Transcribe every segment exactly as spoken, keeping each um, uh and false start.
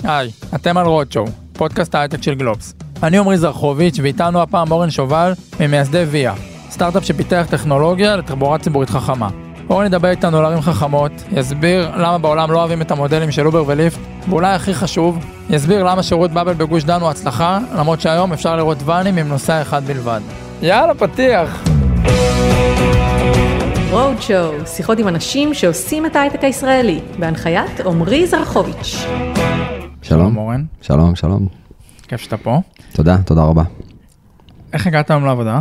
היי, אתם על רודשואו, פודקאסט ההייטק של גלובס. אני עומרי זרחוביץ' ואיתנו הפעם אורן שובל ממייסדי ויה, סטארט-אפ שפיתח טכנולוגיה לתחבורה ציבורית חכמה. אורן ידבר איתנו על ערים חכמות, יסביר למה בעולם לא אוהבים את המודלים של אובר וליפט, ואולי הכי חשוב, יסביר למה שירות באבל בגוש דן הוא הצלחה, למרות שהיום אפשר לראות ואנים עם נוסע אחד בלבד. יאללה, פתיח! רודשואו, שיחות עם אנשים שעושים את ההייטק הישראלי, בהנחיית עומרי זרחוביץ'. שלום אורן. שלום, שלום. כיף שאתה פה. תודה, תודה רבה. איך הגעת היום לעבודה?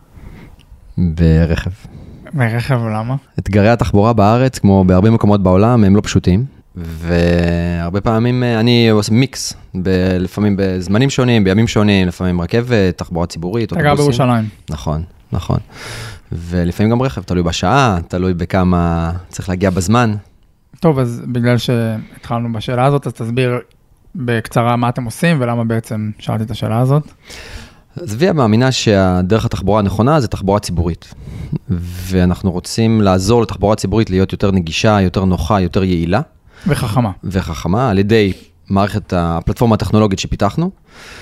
ברכב. ברכב, למה? אתגרי התחבורה בארץ, כמו בהרבה מקומות בעולם, הם לא פשוטים, והרבה פעמים אני עושה מיקס, ב- לפעמים בזמנים שונים, בימים שונים, לפעמים רכבת, תחבורה ציבורית, אתה גר בירושלים. נכון, נכון. ולפעמים גם רכב, תלוי בשעה, תלוי בכמה צריך להגיע בזמן. טוב, אז בגלל שהתחלנו בשאלה הזאת, אז תסביר בקצרה מה אתם עושים, ולמה בעצם שאלתי את השאלה הזאת. אז ויה מאמינה שהדרך התחבורה הנכונה זה תחבורה ציבורית. ואנחנו רוצים לעזור לתחבורה ציבורית להיות יותר נגישה, יותר נוחה, יותר יעילה. וחכמה. וחכמה, על ידי מערכת הפלטפורמה הטכנולוגית שפיתחנו,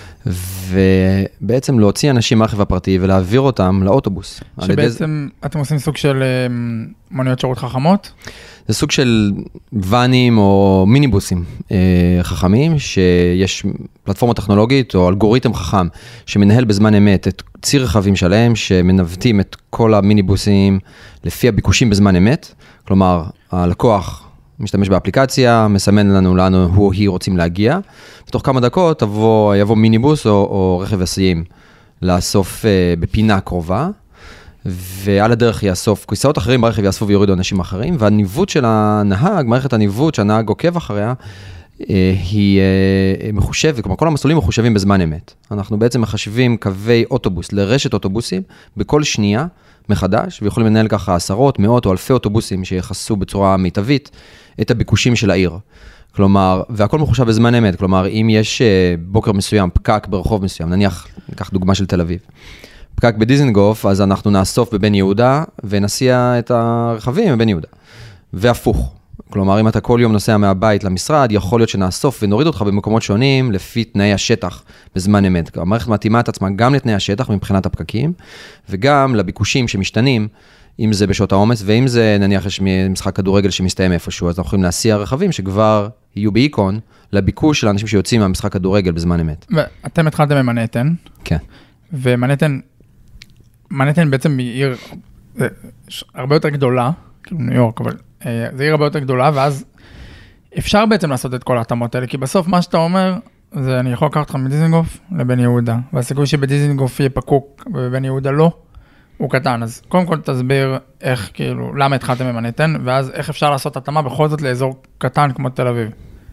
ובעצם להוציא אנשים מהרכב הפרטי ולהעביר אותם לאוטובוס. שבעצם אתם עושים סוג של מוניות שירות חכמות? זה סוג של ואנים או מיניבוסים חכמים, שיש פלטפורמה טכנולוגית או אלגוריתם חכם, שמנהל בזמן אמת את ציר רכבים שלהם, שמנווטים את כל המיניבוסים לפי הביקושים בזמן אמת. כלומר, הלקוח משתמש באפליקציה, מסמן לנו לאן הוא או היא רוצים להגיע. בתוך כמה דקות תבוא, יבוא מיניבוס או, או רכב הסעים לאסוף uh, בפינה קרובה, ועל הדרך יאסוף, כיסאות אחרים ברכב יאספו ויורידו אנשים אחרים, והניווט של הנהג, מערכת הניווט שהנהג עוקב אחריה, uh, היא uh, מחושבת, כלומר כל המסלולים מחושבים בזמן אמת. אנחנו בעצם מחשבים קווי אוטובוס לרשת אוטובוסים בכל שנייה מחדש, ויכולים לנהל ככה עשרות, מאות או אלפי אוטובוסים שיחסו בצורה מיטבית את הביקושים של העיר. כלומר, והכל מחושב בזמן אמת, כלומר, אם יש בוקר מסוים, פקק ברחוב מסוים, נניח, ניקח דוגמה של תל אביב, פקק בדיזנגוף, אז אנחנו נאסוף בבן יהודה, ונסיע את הרכבים בבן יהודה. והפוך. כלומר, אם אתה כל יום נוסע מהבית למשרד, יכול להיות שנאסוף ונוריד אותך במקומות שונים, לפי תנאי השטח בזמן אמת. המערכת מתאימה את עצמה גם לתנאי השטח מבחינת הפקקים, וגם לביקושים שמשתנים, אם זה בשעות העומס, ואם זה נניח יש משחק כדורגל שמסתיים איפשהו, אז אנחנו יכולים להסיע רכבים שכבר יהיו באיקון, לביקוש של האנשים שיוצאים מהמשחק כדורגל בזמן אמת. ואתם התחלתם ממנהטן. כן. ומנהטן, מנהטן בעצם היא עיר הרבה יותר גדולה, כאילו ניו יורק, אבל זה עיר הרבה יותר גדולה, ואז אפשר בעצם לעשות את כל ההתאמות האלה, כי בסוף מה שאתה אומר, זה אני יכול לקחת אותך מדיזנגוף לבן יהודה, והסיכוי שבדיזנגוף יהיה פקוק ובבן יהודה לא, הוא קטן. אז קודם כל תסביר איך, כאילו, למה התחלתם ממנהטן, ואז איך אפשר לעשות התאמה בכל זאת לאזור קטן כמו תל אביב.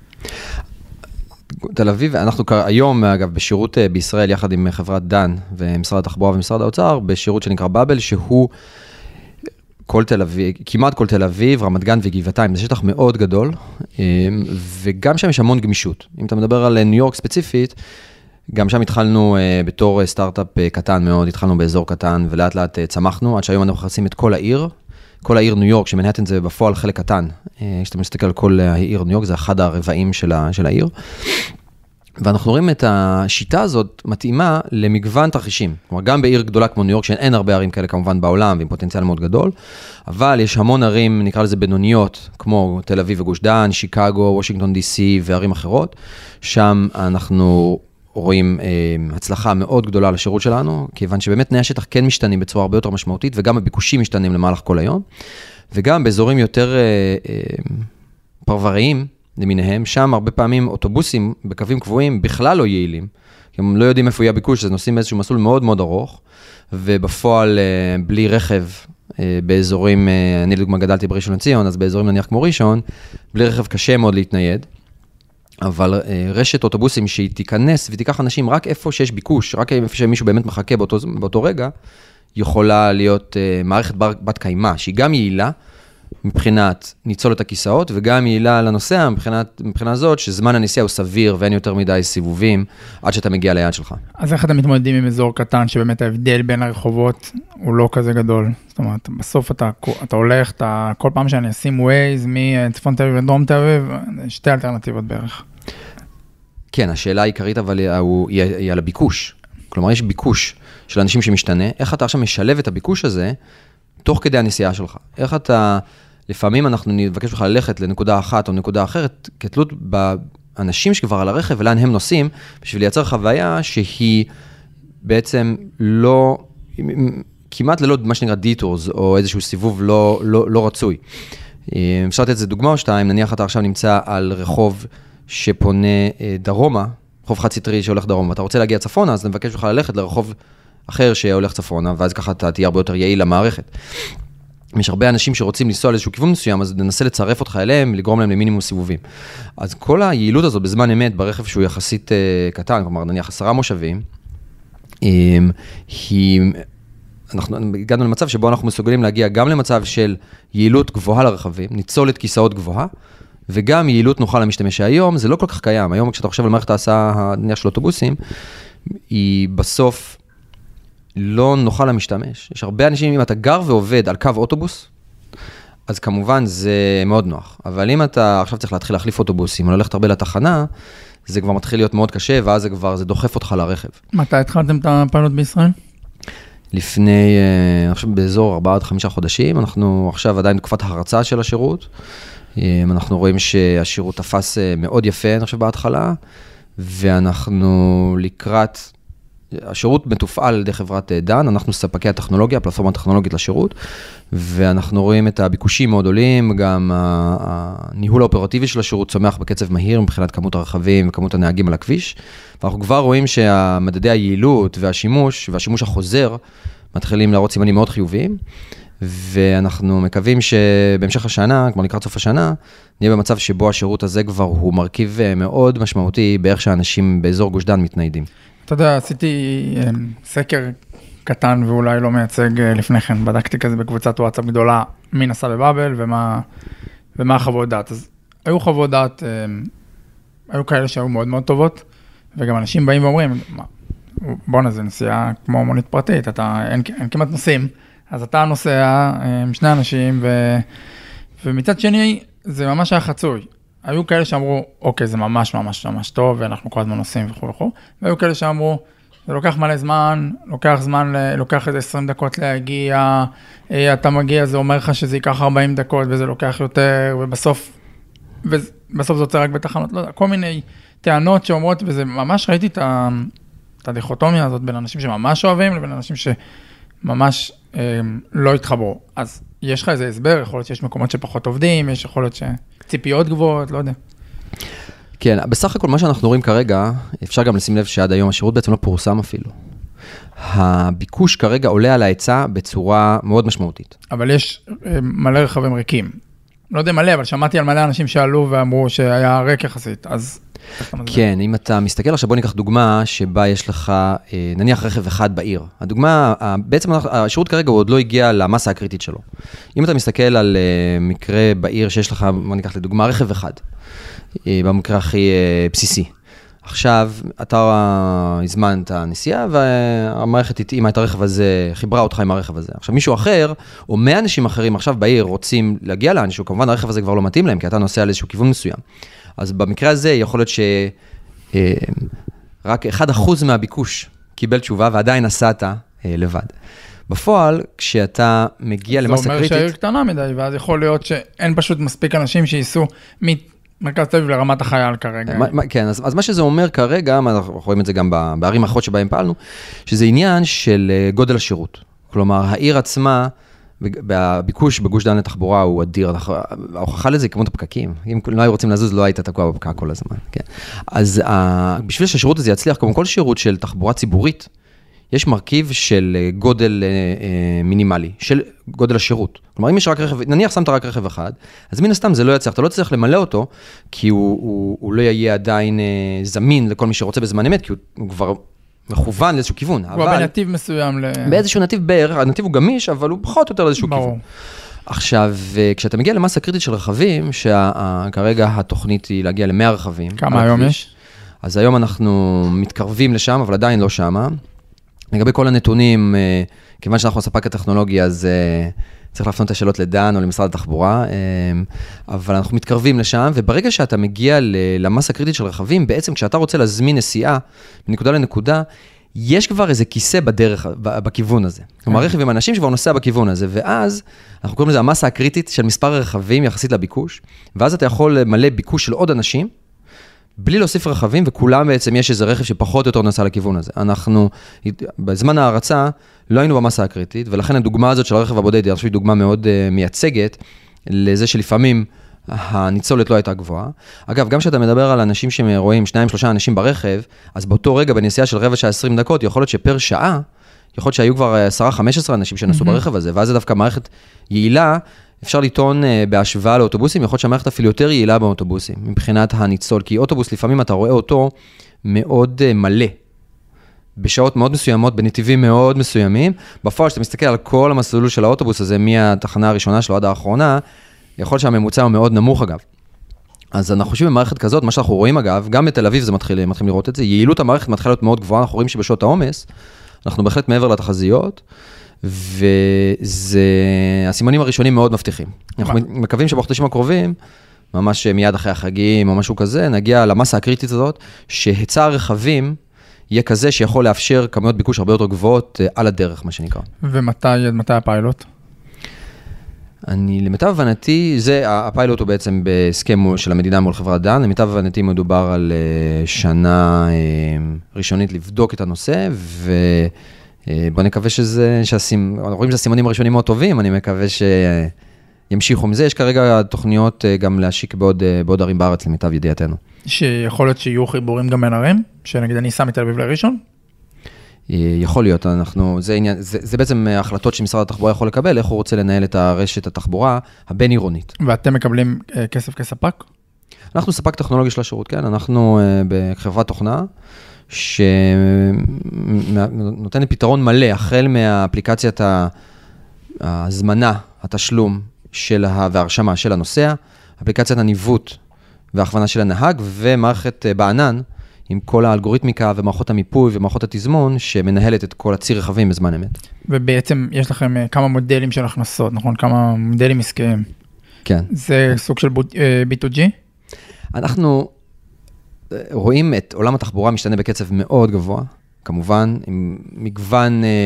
תל אביב, אנחנו היום, אגב, בשירות בישראל, יחד עם חברת דן ומשרד התחבורה ומשרד האוצר, בשירות שנקרא באבל, שהוא כל תל אביב, כמעט כל תל אביב, רמת גן וגבעתיים, זה שטח מאוד גדול, וגם שם יש המון גמישות. אם אתה מדבר על ניו יורק ספציפית, גם שם התחלנו בתור סטארט-אפ קטן מאוד, התחלנו באזור קטן, ולאט לאט צמחנו, עד שהיום אנחנו מכניסים את כל העיר, כל העיר ניו יורק, שמנהטן זה בפועל חלק קטן, כשאתה מסתכל על כל העיר ניו יורק, זה אחד הרבעים של, של העיר, ואנחנו רואים את השיטה הזאת מתאימה למגוון תרחישים. כלומר, גם בעיר גדולה כמו ניו יורק, שאין הרבה ערים כאלה כמובן בעולם, ועם פוטנציאל מאוד גדול, אבל יש המון ערים, נקרא לזה בינוניות, כמו תל אביב וגוש דן, שיקגו, וושינגטון די סי וערים אחרות. שם אנחנו רואים אה, הצלחה מאוד גדולה לשירות שלנו, כיוון שבאמת תנאי השטח כן משתנים בצורה הרבה יותר משמעותית, וגם הביקושים משתנים למהלך כל היום, וגם באזורים יותר אה, אה, פרבריים, למיניהם, שם הרבה פעמים אוטובוסים בקווים קבועים בכלל לא יעילים, כי הם לא יודעים איפה יהיה הביקוש, אז נוסעים איזשהו מסלול מאוד מאוד ארוך, ובפועל בלי רכב באזורים, אני לדוגמה גדלתי בראשון לציון, אז באזורים נניח כמו ראשון, בלי רכב קשה מאוד להתנייד, אבל רשת אוטובוסים שהיא תיכנס ותיקח אנשים רק איפה שיש ביקוש, רק איפה שמישהו באמת מחכה באותו, באותו רגע, יכולה להיות מערכת בת קיימה, שהיא גם יעילה, מבחינת ניצול את הכיסאות, וגם יעילה לנוסע, מבחינת, מבחינה זאת, שזמן הנסיעה הוא סביר, ואין יותר מדי סיבובים, עד שאתה מגיע ליעד שלך. אז איך אתם מתמודדים עם אזור קטן, שבאמת ההבדל בין הרחובות הוא לא כזה גדול? זאת אומרת, בסוף אתה, אתה הולך, אתה, כל פעם שאני אשים ווייז, מצפון תל אביב ודרום תל אביב, שתי אלטרנטיבות בערך. כן, השאלה העיקרית אבל היא, היא על הביקוש. כלומר, יש ביקוש של אנשים שמשתנה, איך אתה עכשיו משלב את הביקוש הזה תוך כדי הנסיעה שלך? איך אתה, לפעמים אנחנו נבקש לך ללכת לנקודה אחת או נקודה אחרת, כתלות באנשים שכבר על הרכב ולאן הם נוסעים, בשביל לייצר חוויה שהיא בעצם לא, כמעט ללא מה שנקרא דיטורס, או איזשהו סיבוב לא, לא, לא רצוי. אפשר לתת את זה דוגמה או שתיים, נניח אתה עכשיו נמצא על רחוב שפונה דרומה, רחוב חד סטרי שהולך דרומה, ואתה רוצה להגיע צפונה, אז נבקש לך ללכת לרחוב אחר שהולך צפונה, ואז ככה אתה תהיה הרבה יותר יעיל למערכת. יש הרבה אנשים שרוצים לנסוע לאיזשהו כיוון מסוים, אז ננסה לצרף אותך אליהם, לגרום להם למינימום סיבובים. אז כל היעילות הזאת בזמן אמת, ברכב שהוא יחסית קטן, כלומר נניח עשרה מושבים, היא, אנחנו הגענו למצב שבו אנחנו מסוגלים להגיע גם למצב של יעילות גבוהה לרכבים, ניצולת כיסאות גבוהה, וגם יעילות נוחה למשתמש. היום זה לא כל כך קיים. היום כשאתה חושב על מערכת ההסעה הנניח של אוטובוסים, היא בסוף לא נוחה למשתמש. יש הרבה אנשים, אם אתה גר ועובד על קו אוטובוס, אז כמובן זה מאוד נוח. אבל אם אתה עכשיו צריך להתחיל להחליף אוטובוסים, או ללכת הרבה לתחנה, זה כבר מתחיל להיות מאוד קשה, ואז זה כבר, זה דוחף אותך לרכב. מתי התחלתם את הפיילוט בישראל? לפני, אני חושב, באזור ארבעה עד חמישה חודשים, אנחנו עכשיו עדיין תקופת הרצה של השירות, אנחנו רואים שהשירות תפס מאוד יפה, אני חושב, בהתחלה, ואנחנו לקראת, השירות מתופעל על ידי חברת דן, אנחנו ספקי הטכנולוגיה, הפלטפורמה הטכנולוגית לשירות, ואנחנו רואים את הביקושים מאוד עולים, גם הניהול האופרטיבי של השירות צומח בקצב מהיר, מבחינת כמות הרכבים וכמות הנהגים על הכביש, ואנחנו כבר רואים שהמדדי היעילות והשימוש, והשימוש החוזר, מתחילים להראות סימנים מאוד חיוביים, ואנחנו מקווים שבהמשך השנה, כמו לקראת סוף השנה, נהיה במצב שבו השירות הזה כבר הוא מרכיב מאוד משמעותי, באיך שאנשים באזור גוש דן מתניידים. אתה יודע, עשיתי סקר קטן ואולי לא מייצג לפני כן, בדקתי כזה בקבוצת וואטסאפ גדולה, מי נסע בבאבל ומה, ומה החוות דעת. אז היו חוות דעת, היו כאלה שהיו מאוד מאוד טובות, וגם אנשים באים ואומרים, בוא זה נסיעה כמו מונית פרטית, אתה, אין, אין כמעט נוסעים, אז אתה נוסע עם שני אנשים, ו, ומצד שני זה ממש היה חצוי. היו כאלה שאמרו, אוקיי, זה ממש ממש ממש טוב, ואנחנו כל הזמן נוסעים וכו' וכו', והיו כאלה שאמרו, זה לוקח מלא זמן, לוקח זמן, לוקח איזה עשרים דקות להגיע, אתה מגיע, זה אומר לך שזה ייקח ארבעים דקות, וזה לוקח יותר, ובסוף, ובסוף זה יוצא רק בתחנות, לא יודע, כל מיני טענות שאומרות, וזה ממש ראיתי את, ה, את הדיכוטומיה הזאת בין אנשים שממש אוהבים, לבין אנשים שממש אה, לא התחברו. אז יש לך איזה הסבר, יכול להיות שיש מקומות שפחות עובדים, יש יכול להיות שציפיות גבוהות, לא יודע. כן, בסך הכל מה שאנחנו רואים כרגע, אפשר גם לשים לב שעד היום השירות בעצם לא פורסם אפילו. הביקוש כרגע עולה על ההיצע בצורה מאוד משמעותית. אבל יש מלא רכבים ריקים. לא יודע מלא, אבל שמעתי על מלא אנשים שעלו ואמרו שהיה ריק יחסית, אז... כן, אם אתה מסתכל עכשיו, בוא ניקח דוגמה שבה יש לך, נניח רכב אחד בעיר. הדוגמה, בעצם השירות כרגע הוא עוד לא הגיע למסה הקריטית שלו. אם אתה מסתכל על מקרה בעיר שיש לך, בוא ניקח לדוגמה, רכב אחד. במקרה הכי בסיסי. עכשיו, אתה הזמנת נסיעה, והמערכת התאימה את הרכב הזה, חיברה אותך עם הרכב הזה. עכשיו, מישהו אחר, או מאה אנשים אחרים עכשיו בעיר, רוצים להגיע לאנשהו, כמובן הרכב הזה כבר לא מתאים להם, כי אתה נוסע על איזשהו כיוון מסוים. אז במקרה הזה, יכול להיות שרק אחד אחוז מהביקוש קיבל תשובה, ועדיין נסעת לבד. בפועל, כשאתה מגיע למסה קריטית... זה אומר שהעיר קטנה מדי, ואז יכול להיות שאין פשוט מספיק אנשים שייסעו מרכז תל אביב לרמת החייל כרגע. כן, אז, אז מה שזה אומר כרגע, אנחנו רואים את זה גם בערים האחרות שבהם פעלנו, שזה עניין של גודל השירות. כלומר, העיר עצמה, בביקוש בגוש דן לתחבורה הוא אדיר. ההוכחה לזה היא כמות הפקקים. אם לא היו רוצים לזוז, לא היית תקוע בפקק כל הזמן. כן. אז בשביל שהשירות הזה יצליח, כמו כל שירות של תחבורה ציבורית, יש מרכיב של גודל מינימלי, של גודל השירות. כלומר, אם יש רק רכב, נניח שמת רק רכב אחד, אז מן הסתם זה לא יצליח, אתה לא צריך למלא אותו, כי הוא, הוא, הוא לא יהיה עדיין זמין לכל מי שרוצה בזמן אמת, כי הוא, הוא כבר מכוון לאיזשהו כיוון. הוא אבל... בנתיב מסוים. ל... באיזשהו נתיב בערך, הנתיב הוא גמיש, אבל הוא פחות או יותר לאיזשהו ברור. כיוון. עכשיו, כשאתה מגיע למסה קריטית של רכבים, שכרגע התוכנית היא להגיע למאה רכבים. כמה היום יש? אז היום אנחנו מתקרבים לשם, אבל עדיין לא שמה. לגבי כל הנתונים, כיוון שאנחנו ספק הטכנולוגיה, אז צריך להפנות את השאלות לדן או למשרד התחבורה, אבל אנחנו מתקרבים לשם, וברגע שאתה מגיע למסה הקריטית של רכבים, בעצם כשאתה רוצה להזמין נסיעה מנקודה לנקודה, יש כבר איזה כיסא בדרך, בכיוון הזה. כלומר, רכב עם אנשים שכבר נוסע בכיוון הזה, ואז אנחנו קוראים לזה המסה הקריטית של מספר הרכבים יחסית לביקוש, ואז אתה יכול למלא ביקוש של עוד אנשים, בלי להוסיף רכבים, וכולם בעצם יש איזה רכב שפחות או יותר נסע לכיוון הזה. אנחנו, בזמן ההרצה, לא היינו במסה הקריטית, ולכן הדוגמה הזאת של הרכב הבודד, אני חושב שהיא דוגמה מאוד uh, מייצגת, לזה שלפעמים הניצולת לא הייתה גבוהה. אגב, גם כשאתה מדבר על אנשים שרואים שניים, שלושה אנשים ברכב, אז באותו רגע, בנסיעה של רבע שעה עשרים דקות, יכול להיות שפר שעה, יכול להיות שהיו כבר עשרה חמש עשרה אנשים שנסעו mm-hmm. ברכב הזה, ואז זה דווקא מערכת יעילה, אפשר לטעון בהשוואה לאוטובוסים, יכול להיות שהמערכת אפילו יותר יעילה באוטובוסים, מבחינת הניצול, כי אוטובוס לפעמים אתה רואה אותו מאוד מלא, בשעות מאוד מסוימות, בנתיבים מאוד מסוימים, בפועל שאתה מסתכל על כל המסלול של האוטובוס הזה, מהתחנה הראשונה שלו עד האחרונה, יכול להיות שהממוצע הוא מאוד נמוך אגב. אז אנחנו חושבים במערכת כזאת, מה שאנחנו רואים אגב, גם בתל אביב זה מתחיל, מתחילים לראות את זה, יעילות המערכת מתחילה להיות מאוד גבוהה, אנחנו רואים שבשעות העומס, אנחנו בהחלט מעבר לתחזיות, וזה, הסימנים הראשונים מאוד מבטיחים. אנחנו מקווים שבחודשים הקרובים, ממש מיד אחרי החגים או משהו כזה, נגיע למסה הקריטית הזאת, שהיצע הרכבים יהיה כזה שיכול לאפשר כמויות ביקוש הרבה יותר גבוהות על הדרך, מה שנקרא. ומתי, מתי הפיילוט? אני, למיטב הבנתי, זה, הפיילוט הוא בעצם בהסכם של המדינה מול חברת דן, למיטב הבנתי מדובר על שנה ראשונית לבדוק את הנושא, ו... בוא נקווה שזה, שהסימ... רואים שהסימנים הראשונים מאוד טובים, אני מקווה שימשיכו מזה. יש כרגע תוכניות גם להשיק בעוד, בעוד ערים בארץ למיטב ידיעתנו. שיכול להיות שיהיו חיבורים גם בין ערים? שנגיד אני שם מתל אביב לראשון? יכול להיות, אנחנו, זה, עניין, זה, זה בעצם החלטות שמשרד התחבורה יכול לקבל, איך הוא רוצה לנהל את הרשת התחבורה הבין עירונית. ואתם מקבלים כסף כספק? אנחנו ספק טכנולוגי של השירות, כן, אנחנו בחברת תוכנה, שנותנת פתרון מלא, החל מהאפליקציית ההזמנה, התשלום של וההרשמה של הנוסע, אפליקציית הניווט וההכוונה של הנהג, ומערכת בענן, עם כל האלגוריתמיקה ומערכות המיפוי ומערכות התזמון, שמנהלת את כל הציר רכבים בזמן אמת. ובעצם יש לכם כמה מודלים של הכנסות, נכון? כמה מודלים עסקיים. כן. זה סוג של בי טו ג'י? אנחנו רואים את עולם התחבורה משתנה בקצב מאוד גבוה, כמובן, עם מגוון אה,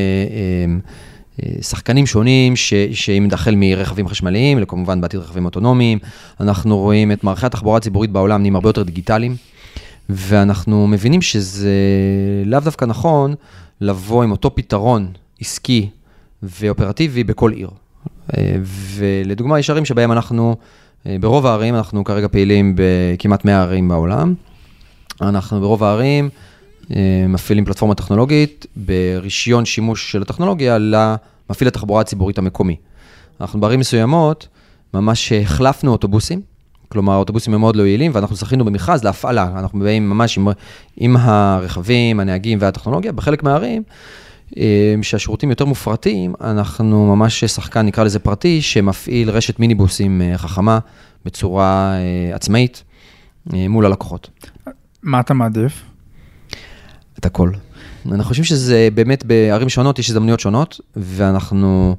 אה, שחקנים שונים, ש, שאם נדחל מרכבים חשמליים, לכמובן בעתיד רכבים אוטונומיים, אנחנו רואים את מערכי התחבורה הציבורית בעולם נהיים הרבה יותר דיגיטליים, ואנחנו מבינים שזה לאו דווקא נכון לבוא עם אותו פתרון עסקי ואופרטיבי בכל עיר. ולדוגמה, יש ערים שבהם אנחנו, ברוב הערים, אנחנו כרגע פעילים בכמעט מאה ערים בעולם, אנחנו ברוב הערים מפעילים פלטפורמה טכנולוגית ברישיון שימוש של הטכנולוגיה למפעיל התחבורה הציבורית המקומי. אנחנו בערים מסוימות ממש החלפנו אוטובוסים, כלומר האוטובוסים הם מאוד לא יעילים, ואנחנו זכינו במכרז להפעלה, אנחנו באים ממש עם, עם הרכבים, הנהגים והטכנולוגיה, בחלק מהערים, שהשירותים יותר מופרטים, אנחנו ממש שחקן, נקרא לזה פרטי, שמפעיל רשת מיניבוסים חכמה, בצורה עצמאית, מול הלקוחות. מה אתה מעדיף? את הכל. אנחנו חושבים שזה באמת בערים שונות, יש הזדמנויות שונות, ואנחנו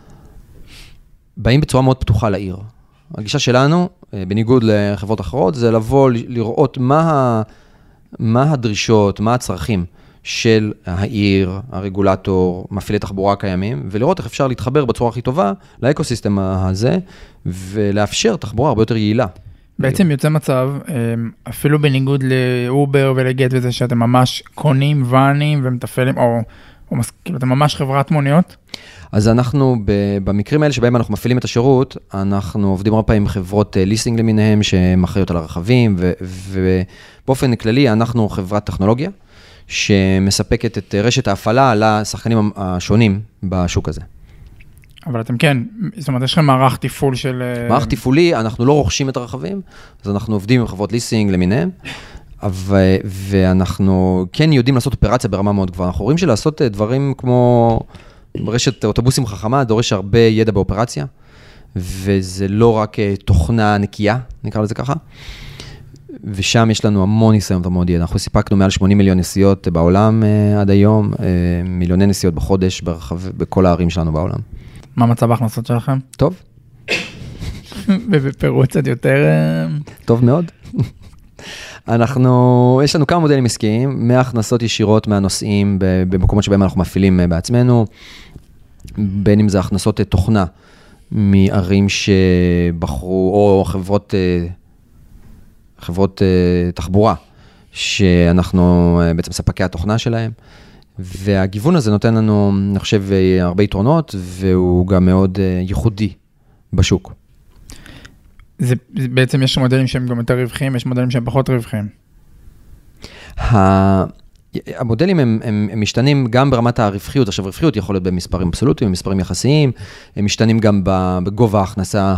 באים בצורה מאוד פתוחה לעיר. הגישה שלנו, בניגוד לחברות אחרות, זה לבוא לראות מה, מה הדרישות, מה הצרכים של העיר, הרגולטור, מפעילי תחבורה הקיימים, ולראות איך אפשר להתחבר בצורה הכי טובה לאקוסיסטם הזה, ולאפשר תחבורה הרבה יותר יעילה. בעצם יוצא מצב, אפילו בניגוד לאובר ולגט וזה, שאתם ממש קונים ואנים ומתפעלים, או, או כאילו, אתם ממש חברת מוניות? אז אנחנו, במקרים האלה שבהם אנחנו מפעילים את השירות, אנחנו עובדים הרבה פעמים עם חברות ליסינג למיניהם, שמחריות על הרכבים, ובאופן כללי אנחנו חברת טכנולוגיה, שמספקת את רשת ההפעלה לשחקנים השונים בשוק הזה. אבל אתם כן, זאת אומרת, יש לכם מערך תפעול של... מערך תפעולי, אנחנו לא רוכשים את הרכבים, אז אנחנו עובדים עם חברות ליסינג למיניהם, ואנחנו כן יודעים לעשות אופרציה ברמה מאוד גבוהה. אנחנו רואים שלעשות דברים כמו רשת אוטובוסים חכמה, דורש הרבה ידע באופרציה, וזה לא רק תוכנה נקייה, נקרא לזה ככה, ושם יש לנו המון ניסיון ומאוד ידע. אנחנו סיפקנו מעל שמונים מיליון נסיעות בעולם עד היום, מיליוני נסיעות בחודש ברחב, בכל הערים שלנו בעולם. מה מצב ההכנסות שלכם? טוב. ובפירוט קצת יותר... טוב מאוד. אנחנו, יש לנו כמה מודלים עסקיים, מהכנסות ישירות מהנושאים במקומות שבהם אנחנו מפעילים בעצמנו, בין אם זה הכנסות תוכנה מערים שבחרו, או חברות, חברות תחבורה, שאנחנו בעצם ספקי התוכנה שלהם, והגיוון הזה נותן לנו, אני חושב, הרבה יתרונות, והוא גם מאוד ייחודי בשוק. זה, זה בעצם יש מודלים שהם גם יותר רווחיים, יש מודלים שהם פחות רווחיים. המודלים הם, הם, הם משתנים גם ברמת הרווחיות, עכשיו רווחיות יכול להיות במספרים אבסולוטיים, במספרים יחסיים, הם משתנים גם בגובה ההכנסה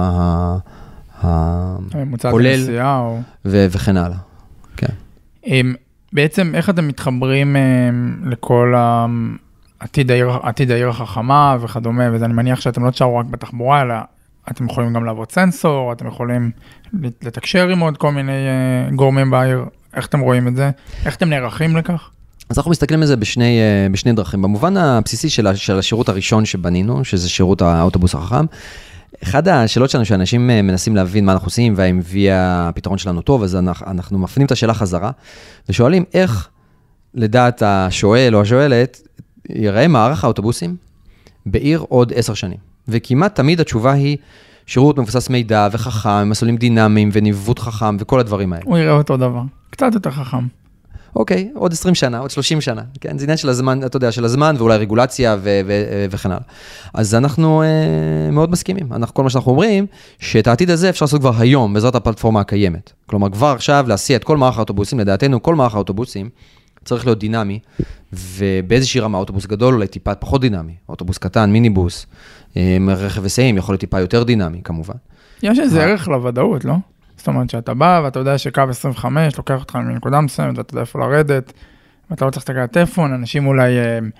הכולל, או... ו- וכן הלאה. כן. בעצם איך אתם מתחברים לכל העתיד העיר, עתיד העיר החכמה וכדומה, וזה אני מניח שאתם לא תשארו רק בתחבורה, אלא אתם יכולים גם לעבוד סנסור, אתם יכולים לתקשר עם עוד כל מיני גורמים בעיר, איך אתם רואים את זה? איך אתם נערכים לכך? אז אנחנו מסתכלים על זה בשני, בשני דרכים. במובן הבסיסי של, של השירות הראשון שבנינו, שזה שירות האוטובוס החכם, אחד השאלות שלנו שאנשים מנסים להבין מה אנחנו עושים, והאם הביא הפתרון שלנו טוב, אז אנחנו, אנחנו מפנים את השאלה חזרה, ושואלים איך לדעת השואל או השואלת, יראה מערך האוטובוסים בעיר עוד עשר שנים. וכמעט תמיד התשובה היא שירות מבוסס מידע וחכם, מסלולים דינמיים וניווט חכם וכל הדברים האלה. הוא יראה אותו דבר, קצת יותר חכם. אוקיי, עוד עשרים שנה, עוד שלושים שנה, כן? זה עניין של הזמן, אתה יודע, של הזמן ואולי רגולציה ו- ו- וכן הלאה. אז אנחנו אה, מאוד מסכימים. אנחנו, כל מה שאנחנו אומרים, שאת העתיד הזה אפשר לעשות כבר היום, בעזרת הפלטפורמה הקיימת. כלומר, כבר עכשיו להסיע את כל מערך האוטובוסים, לדעתנו, כל מערך האוטובוסים צריך להיות דינמי, ובאיזושהי רמה אוטובוס גדול אולי טיפה פחות דינמי, אוטובוס קטן, מיניבוס, רכב היסעים, יכול להיות טיפה יותר דינמי, כמובן. יש איזה ערך לוודאות, לא? זאת אומרת שאתה בא ואתה יודע שקו עשרים וחמש לוקח אותך מנקודה מסוימת, ואתה יודע איפה לרדת, ואתה לא צריך להסתכל על הטלפון, אנשים אולי,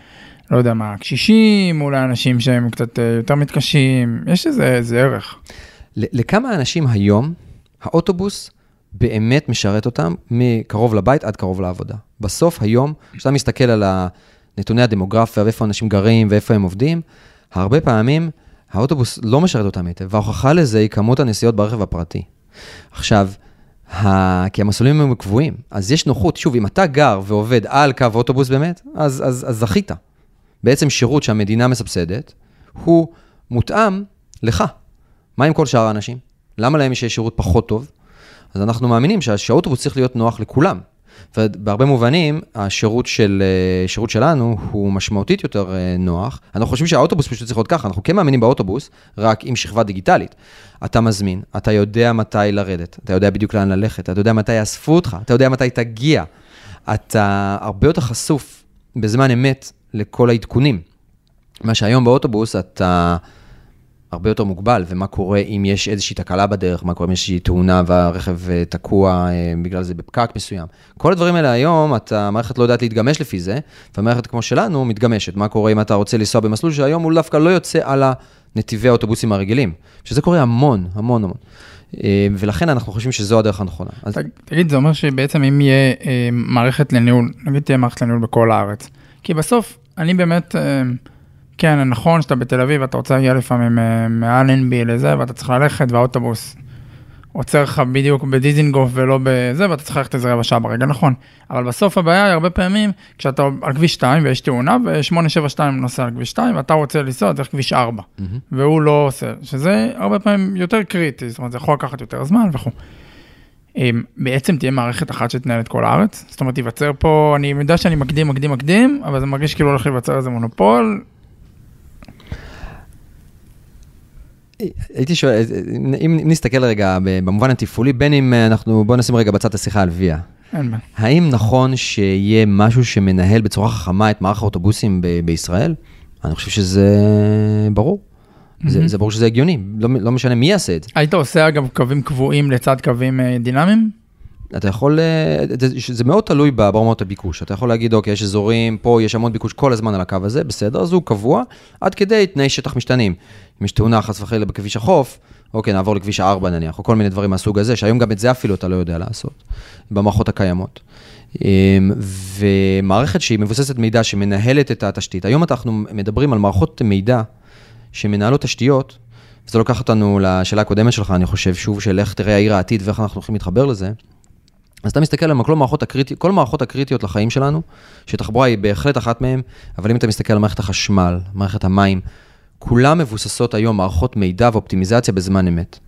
לא יודע מה, קשישים, אולי אנשים שהם קצת יותר מתקשים, יש איזה, איזה ערך. לכמה אנשים היום, האוטובוס באמת משרת אותם מקרוב לבית עד קרוב לעבודה. בסוף היום, כשאתה מסתכל על הנתוני הדמוגרפיה, ואיפה אנשים גרים ואיפה הם עובדים, הרבה פעמים האוטובוס לא משרת אותם היטב, וההוכחה לזה היא כמות הנסיעות ברכב הפרטי. עכשיו, ה... כי המסלולים הם קבועים, אז יש נוחות, שוב, אם אתה גר ועובד על קו אוטובוס באמת, אז, אז, אז זכית. בעצם שירות שהמדינה מסבסדת, הוא מותאם לך. מה עם כל שאר האנשים? למה להם יש שירות פחות טוב? אז אנחנו מאמינים שהאוטובוס צריך להיות נוח לכולם. ובהרבה מובנים, השירות של, שירות שלנו הוא משמעותית יותר נוח. אנחנו חושבים שהאוטובוס פשוט צריך להיות ככה, אנחנו כן מאמינים באוטובוס, רק עם שכבה דיגיטלית. אתה מזמין, אתה יודע מתי לרדת, אתה יודע בדיוק לאן ללכת, אתה יודע מתי יאספו אותך, אתה יודע מתי תגיע. אתה הרבה יותר חשוף בזמן אמת לכל העדכונים. מה שהיום באוטובוס אתה הרבה יותר מוגבל, ומה קורה אם יש איזושהי תקלה בדרך, מה קורה אם יש איזושהי תאונה והרכב תקוע בגלל זה בפקק מסוים. כל הדברים האלה היום, המערכת לא יודעת להתגמש לפי זה, והמערכת כמו שלנו מתגמשת. מה קורה אם אתה רוצה לנסוע במסלול שהיום הוא דווקא לא יוצא על הנתיבי האוטובוסים הרגילים, שזה קורה המון, המון, המון. ולכן אנחנו חושבים שזו הדרך הנכונה. תגיד, זה אומר שבעצם אם יהיה מערכת לניהול, נגיד תהיה מערכת לניהול בכל הארץ, כי בסוף אני באמת... כן, נכון שאתה בתל אביב, אתה רוצה להגיע לפעמים מעל אן בי לזה, ואתה צריך ללכת, והאוטובוס עוצר לך בדיוק בדיזינגוף ולא בזה, ואתה צריך ללכת איזה רבע שעה ברגע, נכון. אבל בסוף הבעיה היא הרבה פעמים, כשאתה על כביש שתיים ויש תאונה, ו-שמונה שבע שתיים נוסע על כביש שתיים, ואתה רוצה לנסוע דרך כביש ארבע, והוא לא עושה, שזה הרבה פעמים יותר קריטי, זאת אומרת, זה יכול לקחת יותר זמן וכו'. בעצם תהיה מערכת אחת שתנהל את כל הארץ, זאת אומרת, ייווצר פה, אני יודע שאני מקדים, מקדים, מקדים, אבל זה מרגיש כאילו הולך להיווצר איזה מונופול. הייתי שואל, אם נסתכל רגע במובן התפעולי, בין אם אנחנו, בואו נשים רגע בצד השיחה על ויה. אין מה. האם נכון שיהיה משהו שמנהל בצורה חכמה את מערך האוטובוסים ב- בישראל? אני חושב שזה ברור. זה, זה ברור שזה הגיוני, לא, לא משנה מי יעשה את זה. היית עושה אגב קווים קבועים לצד קווים דינמיים? אתה יכול, זה, זה מאוד תלוי ברמות הביקוש. אתה יכול להגיד, אוקיי, יש אזורים, פה יש המון ביקוש כל הזמן על הקו הזה, בסדר, אז הוא קבוע, עד כדי תנאי שטח משתנים. אם יש תאונה חס וחלילה בכביש החוף, אוקיי, נעבור לכביש הארבע נניח, או כל מיני דברים מהסוג הזה, שהיום גם את זה אפילו אתה לא יודע לעשות, במערכות הקיימות. ומערכת שהיא מבוססת מידע שמנהלת את התשתית. היום אנחנו מדברים על מערכות מידע, שמנהלות תשתיות, וזה לוקח אותנו לשאלה הקודמת שלך, אני חושב שוב, של איך תראה העיר העתיד ואיך אנחנו הולכים להתחבר לזה. אז אתה מסתכל על כל המערכות הקריטיות, כל המערכות הקריטיות לחיים שלנו, שתחבורה היא בהחלט אחת מהן, אבל אם אתה מסתכל על מערכת החשמל, מערכת המים, כולם מבוססות היום מערכות מידע ואופטימיזציה בזמן אמת.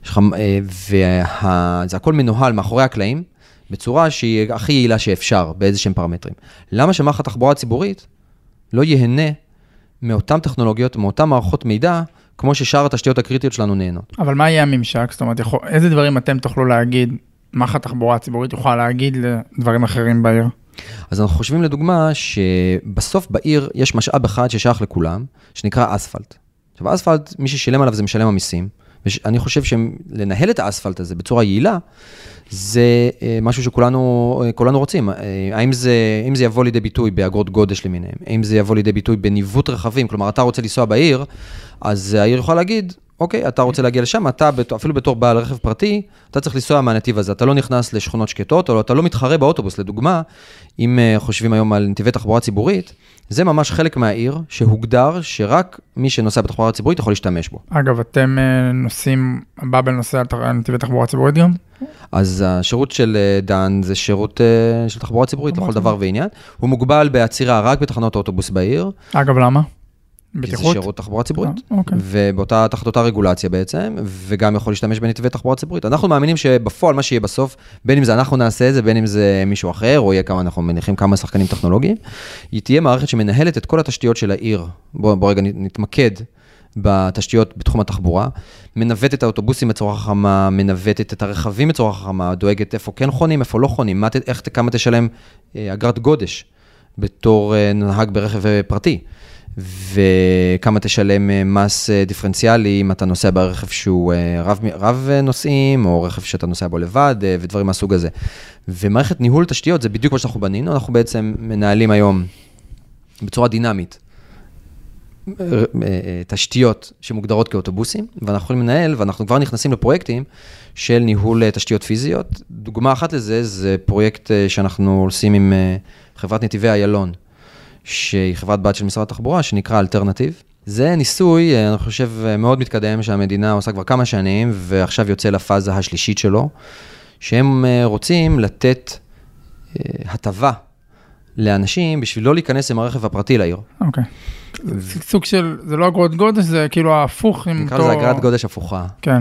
וזה הכל מנוהל מאחורי הקלעים, בצורה שהיא הכי יעילה שאפשר, באיזשהם פרמטרים. למה שמערכת התחבורה הציבורית לא יהנה מאותן טכנולוגיות, מאותן מערכות מידע, כמו ששאר התשתיות הקריטיות שלנו נהנות? אבל מה יהיה הממשק? זאת אומרת, יכול, איזה דברים אתם תוכלו להגיד, מערכת התחבורה הציבורית יוכל להגיד לדברים אחרים בעיר? אז אנחנו חושבים לדוגמה שבסוף בעיר יש משאב אחד ששייך לכולם, שנקרא אספלט. עכשיו, אספלט, מי ששילם עליו זה משלם המיסים, ואני חושב שלנהל את האספלט הזה בצורה יעילה, זה משהו שכולנו כולנו רוצים. האם זה, אם זה יבוא לידי ביטוי באגרות גודש למיניהם, האם זה יבוא לידי ביטוי בניווט רכבים, כלומר, אתה רוצה לנסוע בעיר, אז העיר יכולה להגיד, אוקיי, אתה רוצה להגיע לשם, אתה אפילו בתור בעל רכב פרטי, אתה צריך לנסוע מהנתיב הזה, אתה לא נכנס לשכונות שקטות, או אתה לא מתחרה באוטובוס, לדוגמה, אם חושבים היום על נתיבי תחבורה ציבורית, זה ממש חלק מהעיר שהוגדר שרק מי שנוסע בתחבורה ציבורית יכול להשתמש בו. אגב, אתם נוסעים, באבל נוסע על נתיבי תחבורה ציבורית גם? אז השירות של דן זה שירות של תחבורה ציבורית לכל דבר ועניין. הוא מוגבל בעצירה רק בתחנות האוטובוס בעיר. אגב, למה? כי זה שירות תחבורה ציבורית, ובאותה תחת אותה רגולציה בעצם, וגם יכול להשתמש בנתיבי תחבורה ציבורית. אנחנו מאמינים שבפועל מה שיהיה בסוף, בין אם זה אנחנו נעשה את זה, בין אם זה מישהו אחר, או יהיה כמה, אנחנו מניחים כמה שחקנים טכנולוגיים, היא תהיה מערכת שמנהלת את כל התשתיות של העיר. בוא, בוא רגע נתמקד בתשתיות בתחום התחבורה, מנווטת את האוטובוסים בצורה חכמה, מנווטת את הרכבים בצורה חכמה, דואגת איפה כן חונים, איפה לא חונים, מה, איך, כמה תשלם אגרת גודש בתור נהג ברכב פרטי. וכמה תשלם מס דיפרנציאלי אם אתה נוסע ברכב שהוא רב, רב נוסעים, או רכב שאתה נוסע בו לבד, ודברים מהסוג הזה. ומערכת ניהול תשתיות, זה בדיוק מה שאנחנו בנינו, אנחנו בעצם מנהלים היום בצורה דינמית תשתיות שמוגדרות כאוטובוסים, ואנחנו יכולים לנהל, ואנחנו כבר נכנסים לפרויקטים של ניהול תשתיות פיזיות. דוגמה אחת לזה, זה פרויקט שאנחנו עושים עם חברת נתיבי איילון, שהיא חברת בת של משרד התחבורה, שנקרא אלטרנטיב. זה ניסוי, אני חושב, מאוד מתקדם, שהמדינה עושה כבר כמה שנים, ועכשיו יוצא לפאזה השלישית שלו, שהם רוצים לתת הטבה לאנשים, בשביל לא להיכנס עם הרכב הפרטי לעיר. אוקיי. זה סוג של, זה לא אגרות גודש, זה כאילו ההפוך. נקרא לזה אגרת גודש הפוכה. כן.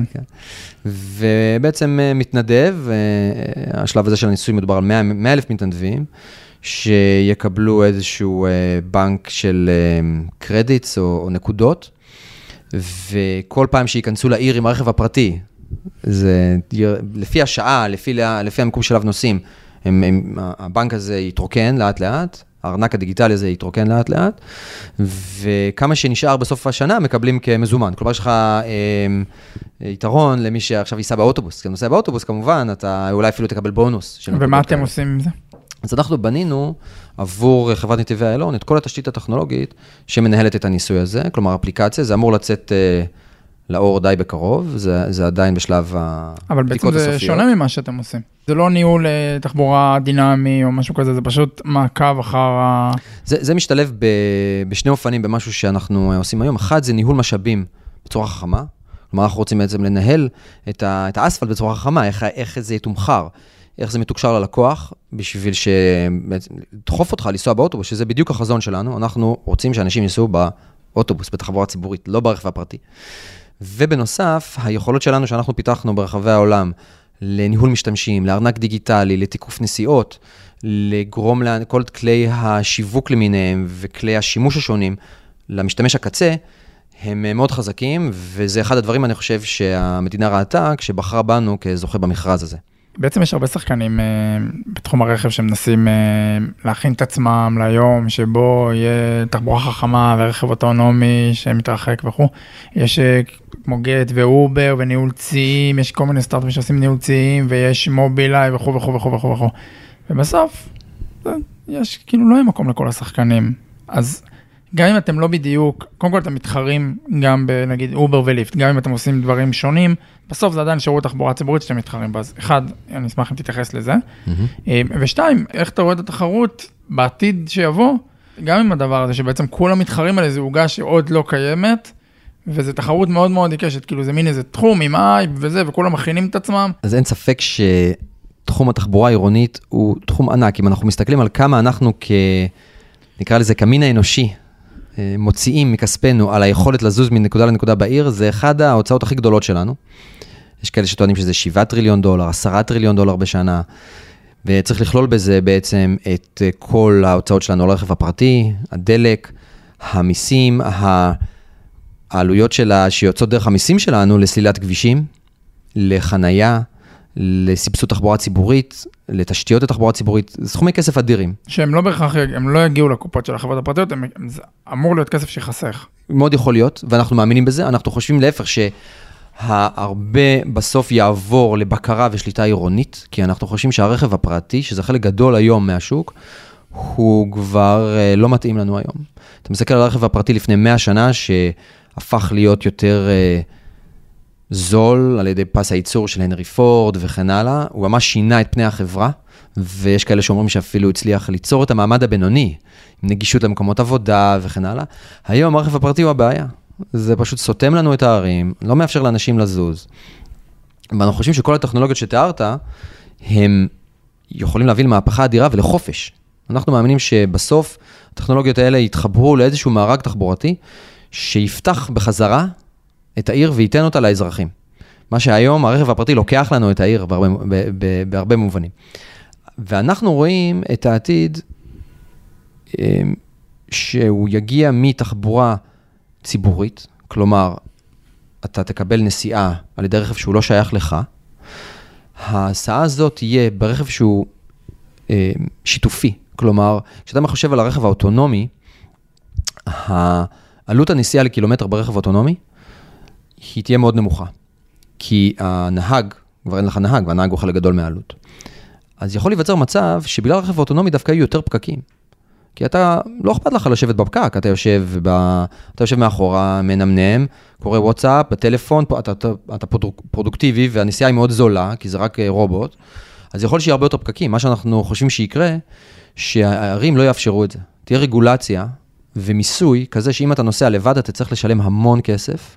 ובעצם מתנדב, השלב הזה של הניסוי מדובר על מאה אלף מתנדבים, שיקבלו איזשהו בנק של קרדיטס או נקודות, וכל פעם שיכנסו לעיר עם הרכב הפרטי, זה לפי השעה, לפי, לפי המקום שלב נוסעים, הם, הם, הבנק הזה יתרוקן לאט לאט, הארנק הדיגיטלי הזה יתרוקן לאט לאט, וכמה שנשאר בסוף השנה מקבלים כמזומן. כלומר, יש לך אה, יתרון למי שעכשיו ייסע באוטובוס. כי נוסע באוטובוס, כמובן, אתה אולי אפילו תקבל בונוס. ומה אתם עושים עם זה? אז אנחנו בנינו עבור חברת נתיבי איילון את כל התשתית הטכנולוגית שמנהלת את הניסוי הזה, כלומר אפליקציה, זה אמור לצאת אה, לאור די בקרוב, זה, זה עדיין בשלב הבדיקות הסופיות. אבל בעצם זה שונה ממה שאתם עושים. זה לא ניהול תחבורה דינמי או משהו כזה, זה פשוט מעקב אחר ה... זה, זה משתלב ב, בשני אופנים במשהו שאנחנו עושים היום. אחד זה ניהול משאבים בצורה חכמה, כלומר אנחנו רוצים בעצם לנהל את, ה, את האספלט בצורה חכמה, איך, איך זה יתומחר. איך זה מתוקשר ללקוח, בשביל שתחוף אותך לנסוע באוטובוס, שזה בדיוק החזון שלנו, אנחנו רוצים שאנשים ייסעו באוטובוס, בתחבורה ציבורית, לא ברכב הפרטי. ובנוסף, היכולות שלנו שאנחנו פיתחנו ברחבי העולם, לניהול משתמשים, לארנק דיגיטלי, לתיקוף נסיעות, לגרום לכל כלי השיווק למיניהם, וכלי השימוש השונים, למשתמש הקצה, הם מאוד חזקים, וזה אחד הדברים, אני חושב, שהמדינה ראתה, כשבחרה בנו כזוכה במכרז הזה. בעצם יש הרבה שחקנים בתחום הרכב שמנסים להכין את עצמם ליום שבו יהיה תחבורה חכמה ורכב אוטונומי שמתרחק וכו'. יש כמו גט ואובר וניהול ציים, יש כל מיני סטארט-אפים שעושים ניהול ציים ויש מובילאיי וכו' וכו' וכו' וכו' וכו'. ובסוף יש כאילו לא יהיה מקום לכל השחקנים. אז גם אם אתם לא בדיוק, קודם כל אתם מתחרים גם בנגיד אובר וליפט, גם אם אתם עושים דברים שונים, בסוף זה עדיין שירות תחבורה ציבורית שאתם מתחרים בה. אז אחד, אני אשמח אם תתייחס לזה. ושתיים, איך אתה רואה את התחרות בעתיד שיבוא, גם עם הדבר הזה שבעצם כולם מתחרים על איזו עוגה שעוד לא קיימת, וזו תחרות מאוד מאוד עיקשת, כאילו זה מין איזה תחום עם אייב וזה, וכולם מכינים את עצמם. אז אין ספק שתחום התחבורה העירונית הוא תחום ענק. אם אנחנו מסתכלים על כמה אנחנו כ... נקרא לזה כמין האנושי, מוציאים מכספנו על היכולת לזוז מנקודה לנקודה בעיר, זה אחד ההוצאות הכי גדולות שלנו. יש כאלה שטוענים שזה שבעה טריליון דולר, עשרה טריליון דולר בשנה, וצריך לכלול בזה בעצם את כל ההוצאות שלנו על הרכב הפרטי, הדלק, המיסים, העלויות שלה שיוצאות דרך המיסים שלנו לסלילת כבישים, לחנייה, לסבסוד תחבורה ציבורית, לתשתיות התחבורה ציבורית, סכומי כסף אדירים. שהם לא בהכרח, הם לא יגיעו לקופות של החברות הפרטיות, הם, זה אמור להיות כסף שיחסך. מאוד יכול להיות, ואנחנו מאמינים בזה, אנחנו חושבים להפך שהרבה בסוף יעבור לבקרה ושליטה עירונית, כי אנחנו חושבים שהרכב הפרטי, שזה חלק גדול היום מהשוק, הוא כבר לא מתאים לנו היום. אתה מסתכל על הרכב הפרטי לפני מאה שנה, שהפך להיות יותר זול על ידי פס הייצור של הנרי פורד וכן הלאה, הוא ממש שינה את פני החברה, ויש כאלה שאומרים שאפילו הצליח ליצור את המעמד הבינוני, עם נגישות למקומות עבודה וכן הלאה. היום הרכב הפרטי הוא הבעיה. זה פשוט סותם לנו את הערים, לא מאפשר לאנשים לזוז. ואנחנו חושבים שכל הטכנולוגיות שתיארת, הם יכולים להביא למהפכה אדירה ולחופש. אנחנו מאמינים שבסוף הטכנולוגיות האלה יתחברו לאיזשהו מארג תחבורתי, שיפתח בחזרה את העיר וייתן אותה לאזרחים. מה שהיום הרכב הפרטי לוקח לנו את העיר בהרבה, בהרבה מובנים. ואנחנו רואים את העתיד שהוא יגיע מתחבורה ציבורית, כלומר, אתה תקבל נסיעה על ידי רכב שהוא לא שייך לך, ההסעה הזאת תהיה ברכב שהוא שיתופי, כלומר, כשאתה מחשב על הרכב האוטונומי, העלות הנסיעה לקילומטר ברכב האוטונומי, היא תהיה מאוד נמוכה, כי הנהג, כבר אין לך נהג, והנהג הוא חלק גדול מהעלות. אז יכול להיווצר מצב שבגלל הרכב האוטונומי דווקא יהיו יותר פקקים. כי אתה, לא אכפת לך לשבת בפקק, אתה יושב, ב, אתה יושב מאחורה, מנמנם, קורא וואטסאפ, בטלפון, אתה, אתה, אתה פרודוקטיבי, והנסיעה היא מאוד זולה, כי זה רק רובוט, אז יכול שיהיה הרבה יותר פקקים. מה שאנחנו חושבים שיקרה, שהערים לא יאפשרו את זה. תהיה רגולציה ומיסוי כזה שאם אתה נוסע לבד, אתה צריך לשלם המון כסף,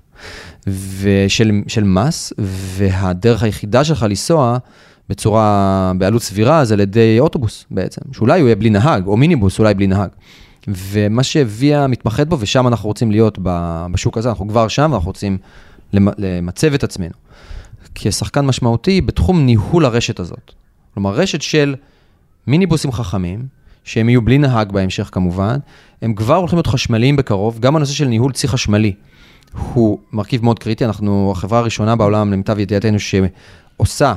ושל, של מס, והדרך היחידה שלך לנסוע, בצורה, בעלות סבירה, זה על ידי אוטובוס בעצם, שאולי הוא יהיה בלי נהג, או מיניבוס אולי בלי נהג. ומה שהביאה מתמחת בו, ושם אנחנו רוצים להיות בשוק הזה, אנחנו כבר שם, ואנחנו רוצים למצב את עצמנו. כשחקן משמעותי בתחום ניהול הרשת הזאת. כלומר, רשת של מיניבוסים חכמים, שהם יהיו בלי נהג בהמשך כמובן, הם כבר הולכים להיות חשמליים בקרוב, גם הנושא של ניהול צי חשמלי, הוא מרכיב מאוד קריטי, אנחנו החברה הראשונה בעולם, למיטב ידיעתנו, שעושה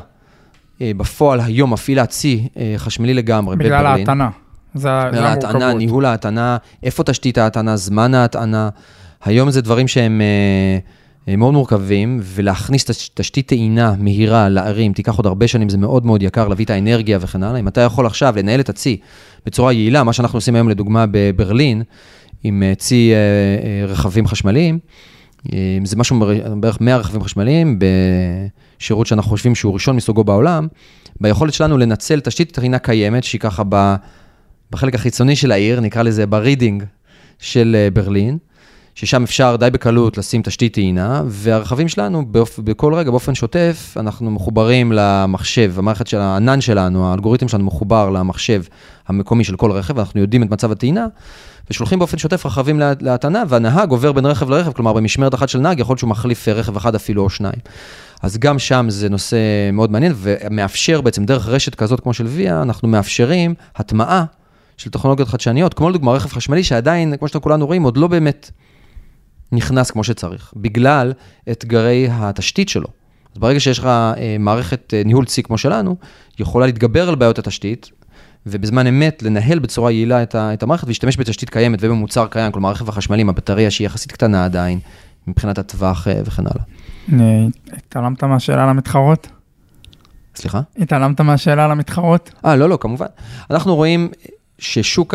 בפועל היום מפעילה צי חשמלי לגמרי. בגלל ההטענה. בגלל ההטענה, ניהול ההטענה, איפה תשתית ההטענה, זמן ההטענה. היום זה דברים שהם מאוד מורכבים, ולהכניס תשתית טעינה מהירה לערים, תיקח עוד הרבה שנים, זה מאוד מאוד יקר, להביא את האנרגיה וכן הלאה. אם אתה יכול עכשיו לנהל את הצי בצורה יעילה, מה שאנחנו עושים היום לדוגמה בברלין, עם צי רכבים חשמליים, זה משהו בערך מאה רכבים חשמליים, בשירות שאנחנו חושבים שהוא ראשון מסוגו בעולם, ביכולת שלנו לנצל תשתית טעינה קיימת, שהיא ככה בחלק החיצוני של העיר, נקרא לזה ברידינג של ברלין, ששם אפשר די בקלות לשים תשתית טעינה, והרכבים שלנו בכל רגע באופן שוטף, אנחנו מחוברים למחשב, המערכת של הענן שלנו, האלגוריתם שלנו מחובר למחשב המקומי של כל רכב, ואנחנו יודעים את מצב הטעינה, ושולחים באופן שוטף רכבים להטענה, והנהג עובר בין רכב לרכב, כלומר במשמרת אחת של נהג, יכול להיות שהוא מחליף רכב אחד אפילו או שניים. אז גם שם זה נושא מאוד מעניין, ומאפשר בעצם דרך רשת כזאת כמו של ויה, אנחנו מאפשרים הטמעה של טכנולוגיות חדשניות, כמו לדוגמה רכב חשמלי, שעדיין, כמו שאתם כולנו רואים, עוד לא באמת נכנס כמו שצריך, בגלל אתגרי התשתית שלו. אז ברגע שיש לך מערכת ניהול צי כמו שלנו, יכולה להתגבר על בעיות התשתית, ובזמן אמת לנהל בצורה יעילה את המערכת, ולהשתמש בתשתית קיימת ובמוצר קיים, כלומר רכב החשמלי, הבטריה שהיא יחסית קטנה עדיין, מבחינת הטווח וכן הלאה. התעלמת מהשאלה על המתחרות? סליחה? התעלמת מהשאלה על המתחרות? אה, לא, לא, כמובן. אנחנו רואים ששוק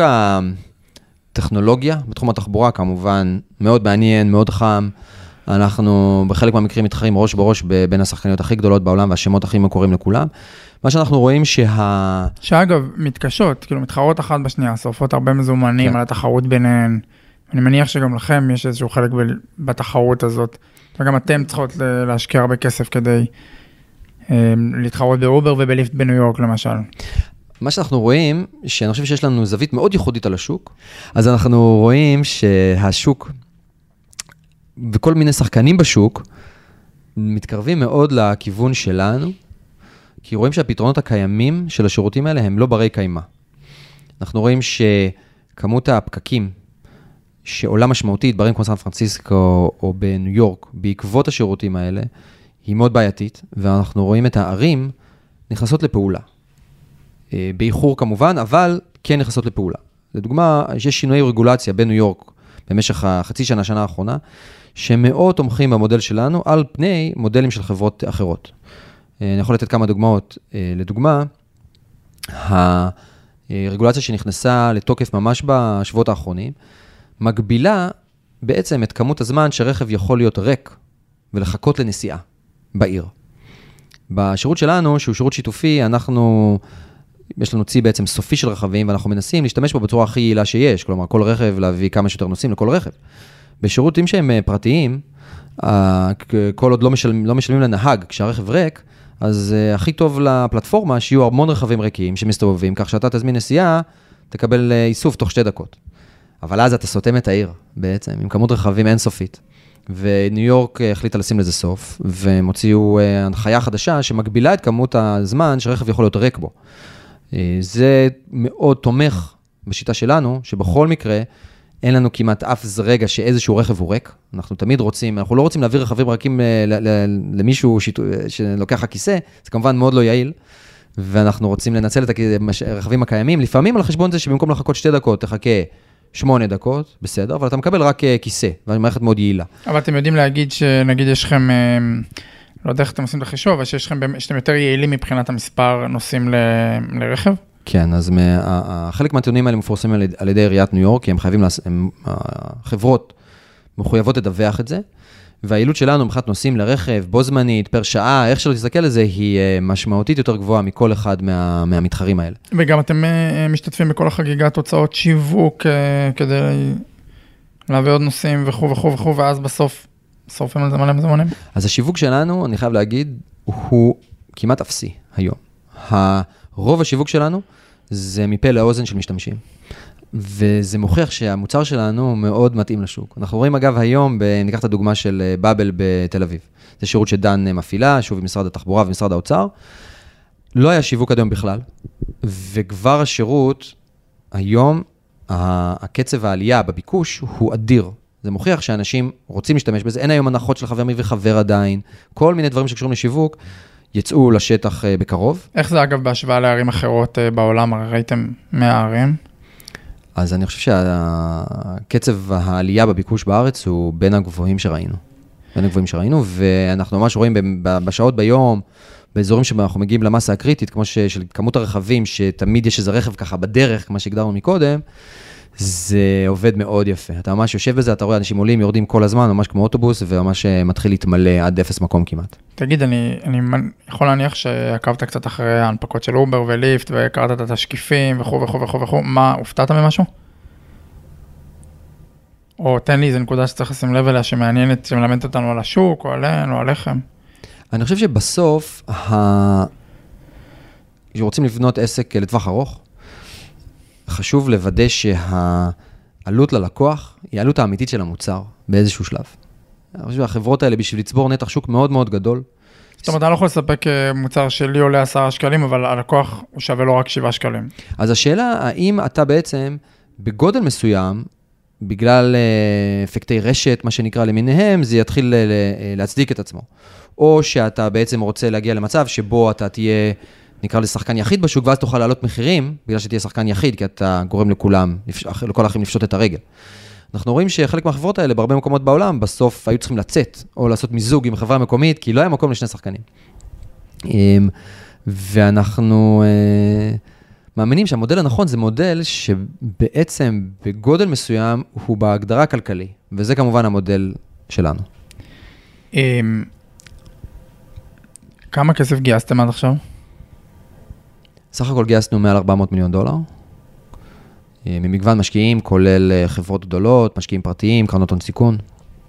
הטכנולוגיה, בתחום התחבורה כמובן, מאוד מעניין, מאוד חם, אנחנו בחלק מהמקרים מתחרים ראש בראש בין השחקניות הכי גדולות בעולם, והשמות הכי מקורים לכולם. מה שאנחנו רואים שה... שאגב, מתקשות, כאילו מתחרות אחת בשנייה, שורפות הרבה מזומנים כן. על התחרות ביניהן, אני מניח שגם לכם יש איזשהו חלק בתחרות הזאת, וגם אתם צריכות להשקיע הרבה כסף כדי להתחרות באובר ובליפט בניו יורק למשל. מה שאנחנו רואים, שאני חושב שיש לנו זווית מאוד ייחודית על השוק, אז אנחנו רואים שהשוק וכל מיני שחקנים בשוק מתקרבים מאוד לכיוון שלנו, כי רואים שהפתרונות הקיימים של השירותים האלה הם לא ברי קיימה. אנחנו רואים שכמות הפקקים שעולה משמעותית בערים כמו סן פרנסיסקו או בניו יורק, בעקבות השירותים האלה, היא מאוד בעייתית, ואנחנו רואים את הערים נכנסות לפעולה. באיחור כמובן, אבל כן נכנסות לפעולה. לדוגמה, יש שינויי רגולציה בניו יורק במשך החצי שנה, שנה האחרונה, שמאוד תומכים במודל שלנו על פני מודלים של חברות אחרות. אני יכול לתת כמה דוגמאות. לדוגמה, הרגולציה שנכנסה לתוקף ממש בשבועות האחרונים, מגבילה בעצם את כמות הזמן שרכב יכול להיות ריק ולחכות לנסיעה בעיר. בשירות שלנו, שהוא שירות שיתופי, אנחנו, יש לנו צי בעצם סופי של רכבים, ואנחנו מנסים להשתמש בו בצורה הכי יעילה שיש, כלומר, כל רכב להביא כמה שיותר נוסעים לכל רכב. בשירותים שהם פרטיים, כל עוד לא משלמים, לא משלמים לנהג כשהרכב ריק, אז הכי טוב לפלטפורמה שיהיו המון רכבים ריקים שמסתובבים, כך שאתה תזמין נסיעה, תקבל איסוף תוך שתי דקות. אבל אז אתה סותם את העיר בעצם, עם כמות רכבים אינסופית. וניו יורק החליטה לשים לזה סוף, והם הוציאו הנחיה חדשה שמגבילה את כמות הזמן שרכב יכול להיות ריק בו. זה מאוד תומך בשיטה שלנו, שבכל מקרה אין לנו כמעט אף רגע שאיזשהו רכב הוא ריק. אנחנו תמיד רוצים, אנחנו לא רוצים להעביר רכבים ריקים למישהו שלוקח הכיסא, זה כמובן מאוד לא יעיל, ואנחנו רוצים לנצל את הרכבים הקיימים, לפעמים על חשבון זה שבמקום לחכות שתי דקות, תחכה שמונה דקות, בסדר, אבל אתה מקבל רק כיסא, והמערכת מאוד יעילה. אבל אתם יודעים להגיד שנגיד יש לכם, לא יודע איך אתם עושים את החישוב, אבל שיש לכם, שאתם יותר יעילים מבחינת המספר נוסעים לרכב? כן, אז חלק מהטיעונים האלה מפורסמים על ידי עיריית ניו יורק, כי הם חייבים, החברות מחויבות לדווח את זה, והיעילות שלנו מבחינת נוסעים לרכב, בו זמנית, פר שעה, איך שלא תסתכל על זה, היא משמעותית יותר גבוהה מכל אחד מה, מהמתחרים האלה. וגם אתם משתתפים בכל החגיגת הוצאות שיווק, כדי להביא עוד נוסעים וכו' וכו' וכו', ואז בסוף, שורפים על זה מלא מזמנים. אז השיווק שלנו, אני חייב להגיד, הוא כמעט אפסי היום. הרוב השיווק שלנו, זה מפה לאוזן של משתמשים. וזה מוכיח שהמוצר שלנו מאוד מתאים לשוק. אנחנו רואים אגב היום, ניקח את הדוגמה של באבל בתל אביב. זה שירות שדן מפעילה, שוב עם משרד התחבורה ומשרד האוצר. לא היה שיווק עד היום בכלל, וכבר השירות, היום, הקצב העלייה בביקוש הוא אדיר. זה מוכיח שאנשים רוצים להשתמש בזה. אין היום הנחות של חבר מי וחבר עדיין. כל מיני דברים שקשורים לשיווק, יצאו לשטח בקרוב. איך זה אגב בהשוואה לערים אחרות בעולם? הרי ראיתם מאה ערים? אז אני חושב שהקצב העלייה בביקוש בארץ הוא בין הגבוהים שראינו. בין הגבוהים שראינו, ואנחנו ממש רואים בשעות ביום, באזורים שבהם אנחנו מגיעים למסה הקריטית, כמו של כמות הרכבים, שתמיד יש איזה רכב ככה בדרך, כמו שהגדרנו מקודם, זה עובד מאוד יפה. אתה ממש יושב בזה, אתה רואה אנשים עולים, יורדים כל הזמן, ממש כמו אוטובוס, וממש מתחיל להתמלא עד אפס מקום כמעט. תגיד, אני, אני יכול להניח שעקבת קצת אחרי ההנפקות של אובר וליפט, וקראת את השקיפים וכו' וכו' וכו' וכו', מה, הופתעת ממשהו? או תן לי איזו נקודה שצריך לשים לב אליה, שמעניינת, שמלמדת אותנו על השוק, או עלינו, או עליכם. אני חושב שבסוף, ה... שרוצים לבנות עסק לטווח ארוך, חשוב לוודא שהעלות ללקוח היא העלות האמיתית של המוצר באיזשהו שלב. אני חושב שהחברות האלה בשביל לצבור נתח שוק מאוד מאוד גדול. זאת אומרת, אני לא יכול לספק מוצר שלי עולה עשרה שקלים, אבל הלקוח הוא שווה לו רק שבעה שקלים. אז השאלה, האם אתה בעצם בגודל מסוים, בגלל אפקטי רשת, מה שנקרא למיניהם, זה יתחיל להצדיק את עצמו. או שאתה בעצם רוצה להגיע למצב שבו אתה תהיה, נקרא לשחקן יחיד בשוק, ואז תוכל לעלות מחירים, בגלל שתהיה שחקן יחיד, כי אתה גורם לכולם, לכל האחרים לפשוט את הרגל. אנחנו רואים שחלק מהחברות האלה, בהרבה מקומות בעולם, בסוף היו צריכים לצאת, או לעשות מיזוג עם חברה מקומית, כי לא היה מקום לשני שחקנים. ואנחנו מאמינים שהמודל הנכון זה מודל שבעצם בגודל מסוים הוא בהגדרה הכלכלי, וזה כמובן המודל שלנו. כמה כסף גייסתם עד עכשיו? סך הכל גייסנו מעל ארבע מאות מיליון דולר. ממגוון משקיעים, כולל חברות גדולות, משקיעים פרטיים, קרנות הון סיכון.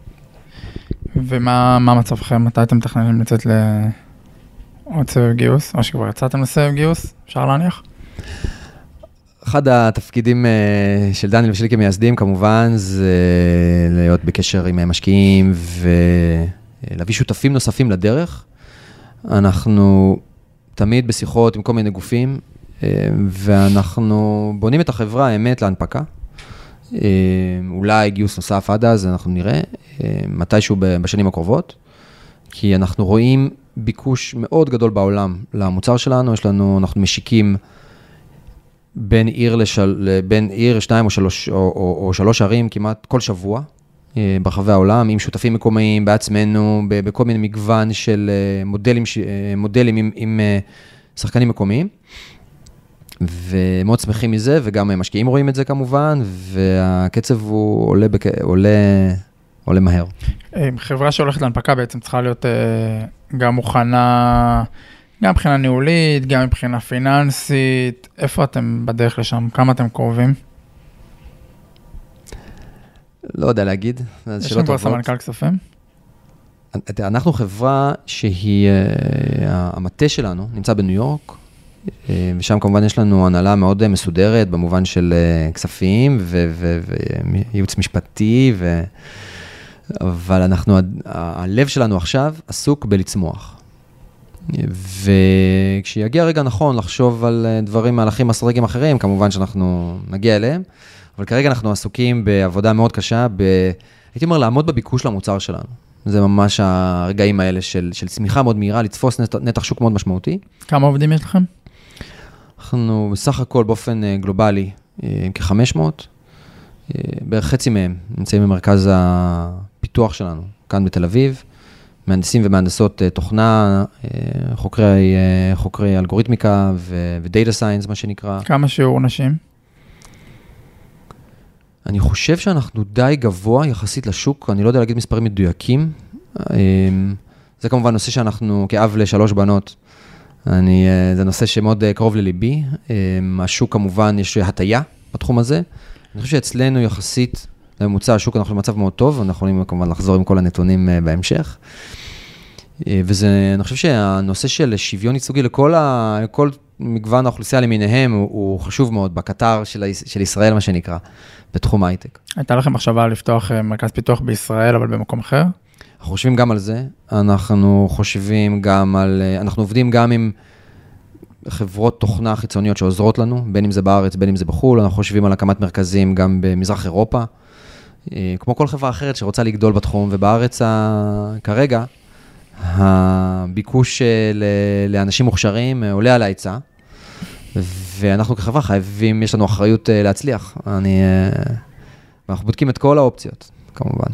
ומה מה מצבכם? מתי אתם מתכננים לצאת לעוד סבב גיוס? או שכבר יצאתם לסבב גיוס? אפשר להניח? אחד התפקידים של דניאל ושלי כמייסדים, כמובן, זה להיות בקשר עם משקיעים ולהביא שותפים נוספים לדרך. אנחנו תמיד בשיחות עם כל מיני גופים, ואנחנו בונים את החברה האמת להנפקה. אולי גיוס נוסף עד אז, אנחנו נראה, מתישהו בשנים הקרובות, כי אנחנו רואים ביקוש מאוד גדול בעולם למוצר שלנו, יש לנו, אנחנו משיקים בין עיר לשל, בין עיר, שניים או שלוש, או, או, או שלוש ערים כמעט כל שבוע, ברחבי העולם, עם שותפים מקומיים, בעצמנו, בכל מיני מגוון של מודלים, מודלים עם, עם שחקנים מקומיים, ומאוד שמחים מזה, וגם משקיעים רואים את זה כמובן, והקצב הוא עולה, בק... עולה, עולה מהר. חברה שהולכת להנפקה בעצם צריכה להיות גם מוכנה, גם מבחינה ניהולית, גם מבחינה פיננסית. איפה אתם בדרך לשם? כמה אתם קרובים? לא יודע להגיד. יש לנו כבר סמנכ"ל כספים? אנחנו חברה שהיא, המטה שלנו נמצא בניו יורק, ושם כמובן יש לנו הנהלה מאוד מסודרת, במובן של כספים וייעוץ משפטי, אבל אנחנו, הלב שלנו עכשיו עסוק בלצמוח. וכשיגיע רגע נכון לחשוב על דברים, מהלכים אסטרטגיים אחרים, כמובן שאנחנו נגיע אליהם, אבל כרגע אנחנו עסוקים בעבודה מאוד קשה, ב... הייתי אומר, לעמוד בביקוש למוצר שלנו. זה ממש הרגעים האלה של, של צמיחה מאוד מהירה, לתפוס נתח, נתח שוק מאוד משמעותי. כמה עובדים יש לכם? אנחנו בסך הכל באופן גלובלי, כ-חמש מאות, בערך חצי מהם נמצאים במרכז הפיתוח שלנו, כאן בתל אביב, מהנדסים ומהנדסות תוכנה, חוקרי, חוקרי אלגוריתמיקה ודאטה סיינס, מה שנקרא. כמה שיעור נשים? אני חושב שאנחנו די גבוה יחסית לשוק, אני לא יודע להגיד מספרים מדויקים. זה כמובן נושא שאנחנו, כאב לשלוש בנות, אני, זה נושא שמאוד קרוב לליבי. השוק כמובן יש הטיה בתחום הזה. אני חושב שאצלנו יחסית לממוצע השוק אנחנו במצב מאוד טוב, אנחנו יכולים כמובן לחזור עם כל הנתונים בהמשך. וזה, אני חושב שהנושא של שוויון ייצוגי לכל, ה, לכל מגוון האוכלוסייה למיניהם הוא, הוא חשוב מאוד בקטר של, של ישראל, מה שנקרא, בתחום ההייטק. הייתה לכם מחשבה לפתוח מרכז פיתוח בישראל, אבל במקום אחר? אנחנו חושבים גם על זה, אנחנו חושבים גם על, אנחנו עובדים גם עם חברות תוכנה חיצוניות שעוזרות לנו, בין אם זה בארץ, בין אם זה בחול, אנחנו חושבים על הקמת מרכזים גם במזרח אירופה, כמו כל חברה אחרת שרוצה לגדול בתחום, ובארץ כרגע, הביקוש לאנשים מוכשרים עולה על ההיצע, ואנחנו כחברה חייבים, יש לנו אחריות להצליח. אני, אנחנו בודקים את כל האופציות, כמובן.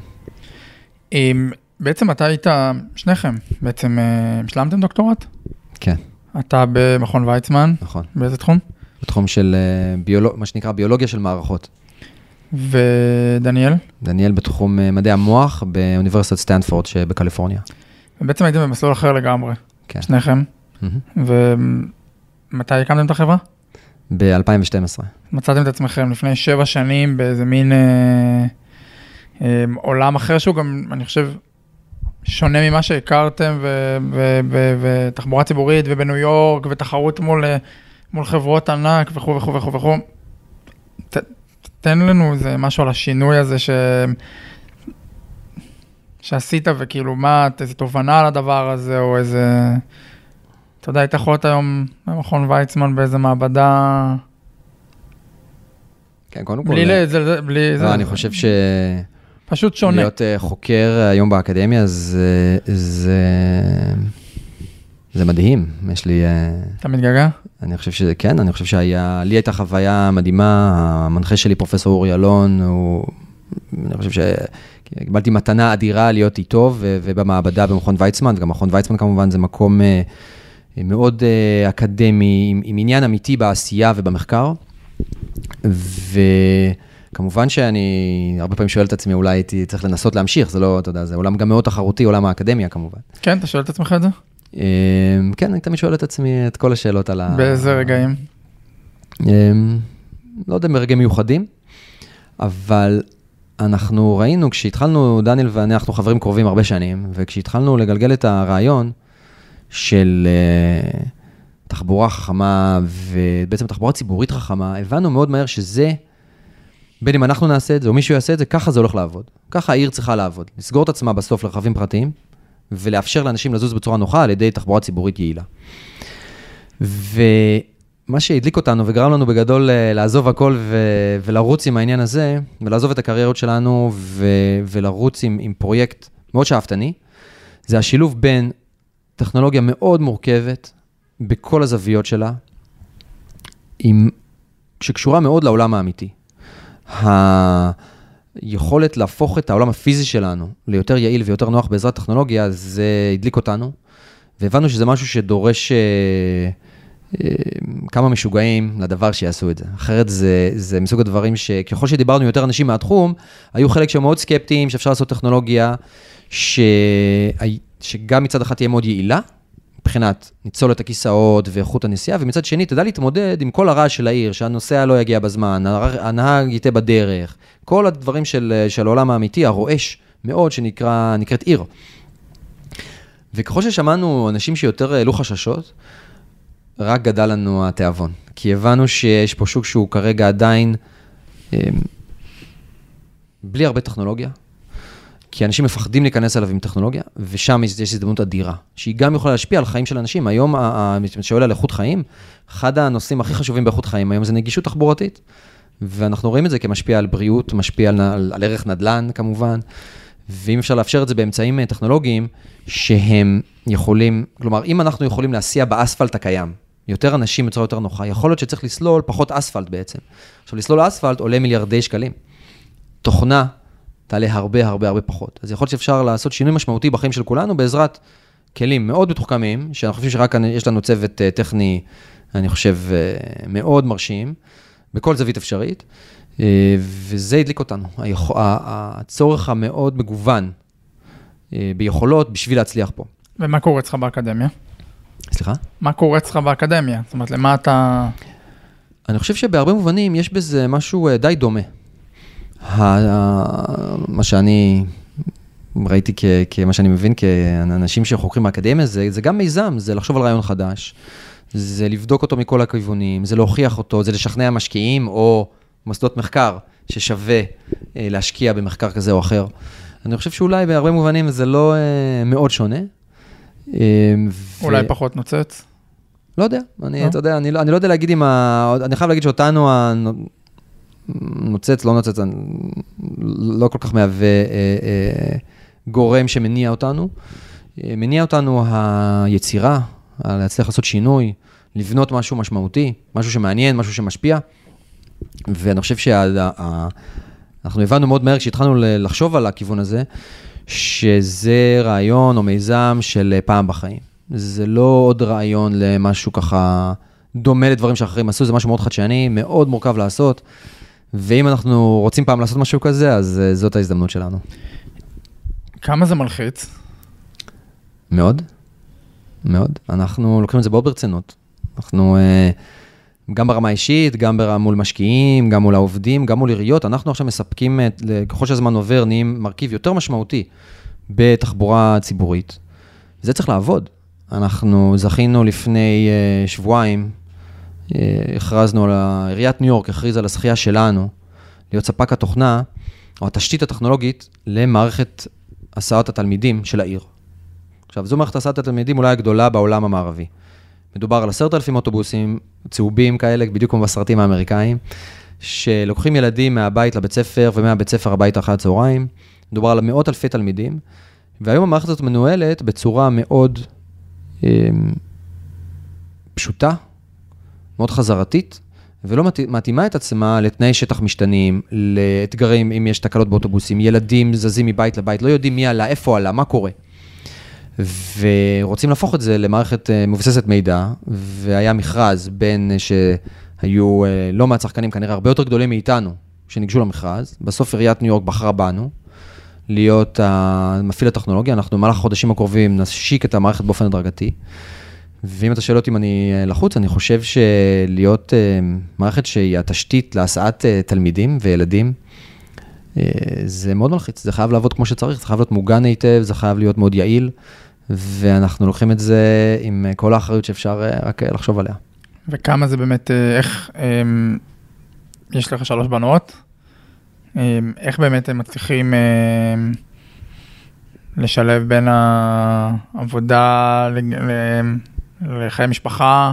בעצם אתה היית, שניכם, בעצם השלמתם דוקטורט? כן. אתה במכון ויצמן? נכון. באיזה תחום? בתחום של ביולוג, מה שנקרא ביולוגיה של מערכות. ודניאל? דניאל בתחום מדעי המוח באוניברסיטת סטנפורד שבקליפורניה. ובעצם הייתם במסלול אחר לגמרי. כן. שניכם. Mm-hmm. ומתי הקמתם את החברה? ב-אלפיים ושתים עשרה. מצאתם את עצמכם לפני שבע שנים באיזה מין אה, אה, עולם אחר שהוא גם, אני חושב, שונה ממה שהכרתם, ותחבורה ציבורית, ובניו יורק, ותחרות מול, מול חברות ענק, וכו' וכו' וכו' וכו'. ת, תן לנו איזה משהו על השינוי הזה ש... שעשית, וכאילו מה, איזו תובנה על הדבר הזה, או איזה... אתה יודע, היית יכול להיות היום במכון ויצמן באיזה מעבדה... כן, קודם כל... בלי לזה, בלי זה... אני חושב ש... פשוט שונה. להיות חוקר היום באקדמיה, זה... זה מדהים. יש לי... אתה מתגעגע? אני חושב שזה כן, אני חושב שהיה... לי הייתה חוויה מדהימה, המנחה שלי, פרופסור אורי אלון, הוא... אני חושב שקיבלתי מתנה אדירה להיות איתו, ובמעבדה במכון ויצמן, וגם מכון ויצמן כמובן זה מקום מאוד אקדמי, עם, עם עניין אמיתי בעשייה ובמחקר, וכמובן שאני הרבה פעמים שואל את עצמי, אולי הייתי צריך לנסות להמשיך, זה לא, אתה יודע, זה עולם גם מאוד תחרותי, עולם האקדמיה כמובן. כן, אתה שואל את עצמך את זה? כן, אני תמיד שואל את עצמי את כל השאלות על ה... באיזה רגעים? לא יודע, מרגעים מיוחדים, אבל אנחנו ראינו, כשהתחלנו, דניאל ואני, אנחנו חברים קרובים הרבה שנים, וכשהתחלנו לגלגל את הרעיון של uh, תחבורה חכמה, ובעצם תחבורה ציבורית חכמה, הבנו מאוד מהר שזה, בין אם אנחנו נעשה את זה, או מישהו יעשה את זה, ככה זה הולך לעבוד. ככה העיר צריכה לעבוד. לסגור את עצמה בסוף לרכבים פרטיים, ולאפשר לאנשים לזוז בצורה נוחה על ידי תחבורה ציבורית יעילה. ומה שהדליק אותנו וגרם לנו בגדול לעזוב הכל ו- ולרוץ עם העניין הזה, ולעזוב את הקריירות שלנו ו- ולרוץ עם, עם פרויקט מאוד שאפתני, זה השילוב בין טכנולוגיה מאוד מורכבת, בכל הזוויות שלה, עם, שקשורה מאוד לעולם האמיתי. היכולת להפוך את העולם הפיזי שלנו ליותר יעיל ויותר נוח בעזרת טכנולוגיה, זה הדליק אותנו, והבנו שזה משהו שדורש אה, אה, כמה משוגעים לדבר שיעשו את זה. אחרת זה, זה מסוג הדברים שככל שדיברנו יותר אנשים מהתחום, היו חלק שהם מאוד סקפטיים, שאפשר לעשות טכנולוגיה ש... שגם מצד אחד תהיה מאוד יעילה, מבחינת ניצול את הכיסאות ואיכות הנסיעה, ומצד שני תדע להתמודד עם כל הרעש של העיר, שהנוסע לא יגיע בזמן, הנהג ייתה בדרך, כל הדברים של, של העולם האמיתי, הרועש מאוד שנקרא, נקראת עיר. וככל ששמענו אנשים שיותר העלו חששות, רק גדל לנו התיאבון. כי הבנו שיש פה שוק שהוא כרגע עדיין בלי הרבה טכנולוגיה, כי אנשים מפחדים להיכנס אליו עם טכנולוגיה, ושם יש הזדמנות אדירה, שהיא גם יכולה להשפיע על חיים של אנשים. היום, שואל על איכות חיים, אחד הנושאים הכי חשובים באיכות חיים, היום זה נגישות תחבורתית, ואנחנו רואים את זה כמשפיע על בריאות, משפיע על, על, על ערך נדל"ן כמובן, ואם אפשר לאפשר את זה באמצעים טכנולוגיים, שהם יכולים, כלומר, אם אנחנו יכולים להסיע באספלט הקיים, יותר אנשים בצורה יותר נוחה, יכול להיות שצריך לסלול פחות אספלט בעצם. עכשיו, לסלול אספלט עולה מיליארדי שקלים. תוכנה תעלה הרבה הרבה הרבה פחות. אז יכול להיות שאפשר לעשות שינוי משמעותי בחיים של כולנו, בעזרת כלים מאוד מתוחכמים, שאנחנו חושבים שרק יש לנו צוות טכני, אני חושב, מאוד מרשים, בכל זווית אפשרית, וזה הדליק אותנו. הצורך המאוד מגוון ביכולות בשביל להצליח פה. ומה קורה אצלך באקדמיה? סליחה? מה קורה אצלך באקדמיה? זאת אומרת, למה אתה... אני חושב שבהרבה מובנים יש בזה משהו די דומה. מה שאני ראיתי כמה שאני מבין כאנשים שחוקרים באקדמיה, זה, זה גם מיזם, זה לחשוב על רעיון חדש, זה לבדוק אותו מכל הכיוונים, זה להוכיח אותו, זה לשכנע משקיעים או מוסדות מחקר ששווה להשקיע במחקר כזה או אחר. אני חושב שאולי בהרבה מובנים זה לא מאוד שונה. אולי ו... פחות נוצץ? לא יודע, אני, אתה יודע, אני, לא, אני לא יודע להגיד אם ה... אני חייב להגיד שאותנו נוצץ, לא נוצץ, לא כל כך מהווה אה, אה, גורם שמניע אותנו. מניע אותנו היצירה, להצליח לעשות שינוי, לבנות משהו משמעותי, משהו שמעניין, משהו שמשפיע. ואני חושב שאנחנו הבנו מאוד מהר כשהתחלנו לחשוב על הכיוון הזה, שזה רעיון או מיזם של פעם בחיים. זה לא עוד רעיון למשהו ככה דומה לדברים שאחרים עשו, זה משהו מאוד חדשני, מאוד מורכב לעשות. ואם אנחנו רוצים פעם לעשות משהו כזה, אז זאת ההזדמנות שלנו. כמה זה מלחיץ? מאוד, מאוד. אנחנו לוקחים את זה מאוד ברצינות. אנחנו, גם ברמה האישית, גם מול משקיעים, גם מול העובדים, גם מול עיריות, אנחנו עכשיו מספקים, ככל שהזמן עובר, נהיים מרכיב יותר משמעותי בתחבורה ציבורית. זה צריך לעבוד. אנחנו זכינו לפני שבועיים, הכרזנו על עיריית ניו יורק, הכריז על הזכייה שלנו, להיות ספק התוכנה, או התשתית הטכנולוגית, למערכת הסעת התלמידים של העיר. עכשיו, זו מערכת הסעת התלמידים אולי הגדולה בעולם המערבי. מדובר על עשרת אלפים אוטובוסים צהובים כאלה, בדיוק כמו בסרטים האמריקאים, שלוקחים ילדים מהבית לבית ספר, ומהבית ספר הביתה אחרי הצהריים. מדובר על מאות אלפי תלמידים, והיום המערכת הזאת מנוהלת בצורה מאוד אה, פשוטה, מאוד חזרתית, ולא מתאימה את עצמה לתנאי שטח משתנים, לאתגרים אם יש תקלות באוטובוסים, ילדים זזים מבית לבית, לא יודעים מי עלה, איפה עלה, מה קורה. ורוצים להפוך את זה למערכת מבוססת מידע, והיה מכרז בין שהיו לא מעט שחקנים, כנראה הרבה יותר גדולים מאיתנו, שניגשו למכרז. בסוף עיריית ניו יורק בחרה בנו, להיות המפעיל הטכנולוגיה. אנחנו במהלך החודשים הקרובים נשיק את המערכת באופן הדרגתי, ואם אתה שואל אותי אם אני לחוץ, אני חושב שלהיות מערכת שהיא התשתית להסעת תלמידים וילדים, זה מאוד מלחיץ, זה חייב לעבוד כמו שצריך, זה חייב להיות מוגן היטב, זה חייב להיות מאוד יעיל, ואנחנו לוקחים את זה עם כל האחריות שאפשר רק לחשוב עליה. וכמה זה באמת, איך, יש לך שלוש בנות, איך באמת הם מצליחים לשלב בין העבודה לחיי משפחה?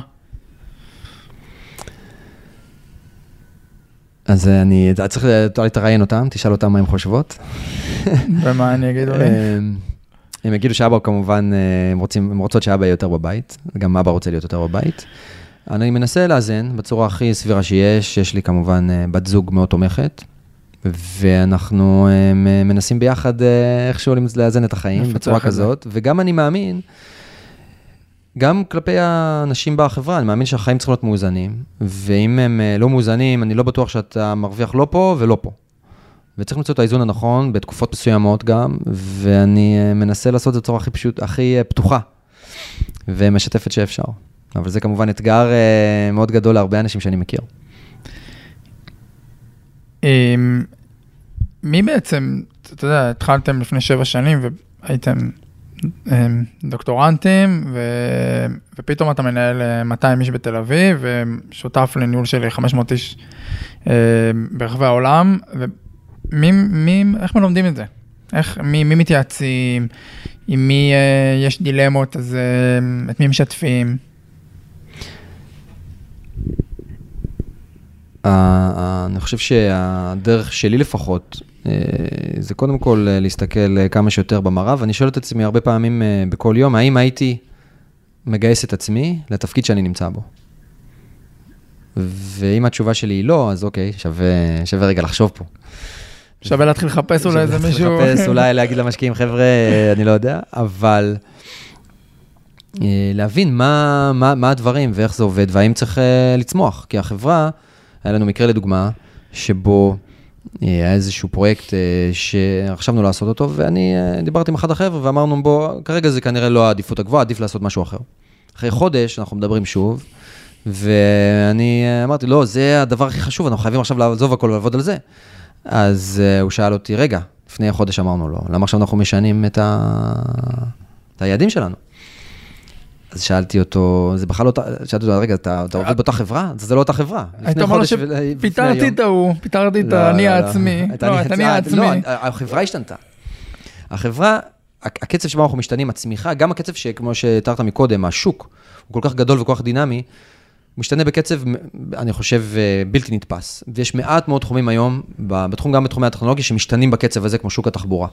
אז אני צריך לתראיין אותם, תשאל אותם מה הם חושבות. ומה אני אגידו לי? הם יגידו שאבא כמובן, הם, רוצים, הם רוצות שאבא יהיה יותר בבית, גם אבא רוצה להיות יותר בבית. אני מנסה לאזן בצורה הכי סבירה שיש, יש לי כמובן בת זוג מאוד תומכת, ואנחנו מנסים ביחד איכשהו לאזן את החיים בצורה כזאת, וגם אני מאמין, גם כלפי האנשים בחברה, אני מאמין שהחיים צריכים להיות מאוזנים, ואם הם לא מאוזנים, אני לא בטוח שאתה מרוויח לא פה ולא פה. וצריך למצוא את האיזון הנכון, בתקופות מסוימות גם, ואני מנסה לעשות את זה בצורה הכי פשוט, הכי פתוחה, ומשתפת שאפשר. אבל זה כמובן אתגר מאוד גדול להרבה אנשים שאני מכיר. מי בעצם, אתה יודע, התחלתם לפני שבע שנים, והייתם דוקטורנטים, ו... ופתאום אתה מנהל מאתיים איש בתל אביב, ושותף לניהול של חמש מאות איש ברחבי העולם, ומי, מי, איך מלומדים את זה? איך, מי, מי מתייעצים? עם מי יש דילמות, אז את מי משתפים? אני חושב שהדרך שלי לפחות, זה קודם כל להסתכל כמה שיותר במראה, ואני שואל את עצמי הרבה פעמים בכל יום, האם הייתי מגייס את עצמי לתפקיד שאני נמצא בו? ואם התשובה שלי היא לא, אז אוקיי, שווה, שווה רגע לחשוב פה. שווה להתחיל לחפש אולי איזה מישהו. שווה לחפש, אולי להגיד למשקיעים, חבר'ה, אני לא יודע, אבל להבין מה, מה, מה הדברים ואיך זה עובד, והאם צריך לצמוח, כי החברה, היה לנו מקרה לדוגמה, שבו היה איזשהו פרויקט שחשבנו לעשות אותו, ואני דיברתי עם אחד החבר'ה ואמרנו, בוא, כרגע זה כנראה לא העדיפות הגבוהה, עדיף לעשות משהו אחר. אחרי חודש אנחנו מדברים שוב, ואני אמרתי, לא, זה הדבר הכי חשוב, אנחנו חייבים עכשיו לעזוב הכל ולעבוד על זה. אז הוא שאל אותי, רגע, לפני החודש אמרנו לו, למה עכשיו אנחנו משנים את, ה... את היעדים שלנו? אז שאלתי אותו, זה בכלל לא, שאלתי אותו, רגע, אתה, אתה עובד באותה חברה? זה לא אותה חברה. היית אומר לו שפיתרתי את ההוא, פיתרתי את האני העצמי. לא, את האני העצמי. לא, החברה השתנתה. החברה, הקצב שבה אנחנו משתנים, הצמיחה, גם הקצב שכמו שתיארת מקודם, השוק, הוא כל כך גדול וכל כך דינמי, הוא משתנה בקצב, אני חושב, בלתי נתפס. ויש מעט מאוד תחומים היום, בתחום גם בתחומי הטכנולוגיה, שמשתנים בקצב הזה, כמו שוק התחבורה.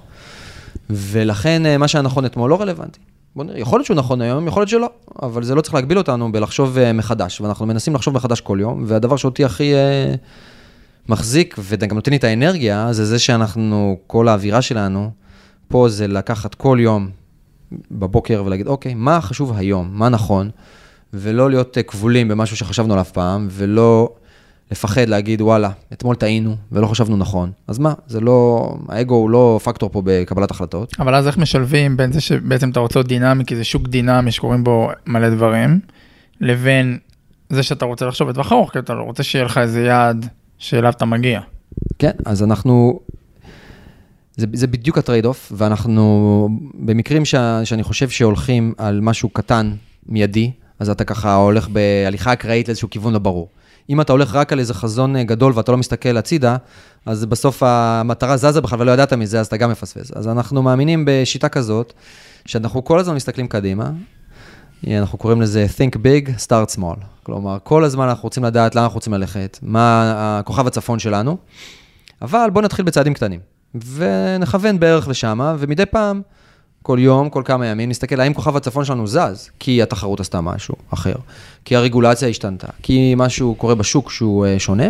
ולכן, מה שהיה נכון אתמול לא רלוונטי. בוא נראה, יכול להיות שהוא נכון היום, יכול להיות שלא, אבל זה לא צריך להגביל אותנו בלחשוב מחדש, ואנחנו מנסים לחשוב מחדש כל יום, והדבר שאותי הכי אה, מחזיק, וגם נותן לי את האנרגיה, זה זה שאנחנו, כל האווירה שלנו, פה זה לקחת כל יום בבוקר ולהגיד, אוקיי, מה חשוב היום, מה נכון, ולא להיות כבולים במשהו שחשבנו עליו פעם, ולא לפחד להגיד, וואלה, אתמול טעינו, ולא חשבנו נכון. אז מה? זה לא, האגו הוא לא פקטור פה בקבלת החלטות. אבל אז איך משלבים בין זה שבעצם אתה רוצה להיות דינמי, כי זה שוק דינמי שקוראים בו מלא דברים, לבין זה שאתה רוצה לחשוב בטווח ארוך, כי אתה רוצה שיהיה לך איזה יעד שאליו אתה מגיע. כן, אז אנחנו, זה, זה בדיוק הטרייד אוף, ואנחנו, במקרים ש, שאני חושב שהולכים על משהו קטן, מיידי, אז אתה ככה הולך בהליכה אקראית לאיזשהו כיוון לא ברור. אם אתה הולך רק על איזה חזון גדול ואתה לא מסתכל הצידה, אז בסוף המטרה זזה בכלל ולא ידעת מזה, אז אתה גם מפספס. אז אנחנו מאמינים בשיטה כזאת, שאנחנו כל הזמן מסתכלים קדימה, אנחנו קוראים לזה think big, start small. כלומר, כל הזמן אנחנו רוצים לדעת לאן אנחנו רוצים ללכת, מה הכוכב הצפון שלנו, אבל בואו נתחיל בצעדים קטנים, ונכוון בערך לשם, ומדי פעם, כל יום, כל כמה ימים, נסתכל האם כוכב הצפון שלנו זז, כי התחרות עשתה משהו אחר, כי הרגולציה השתנתה, כי משהו קורה בשוק שהוא שונה,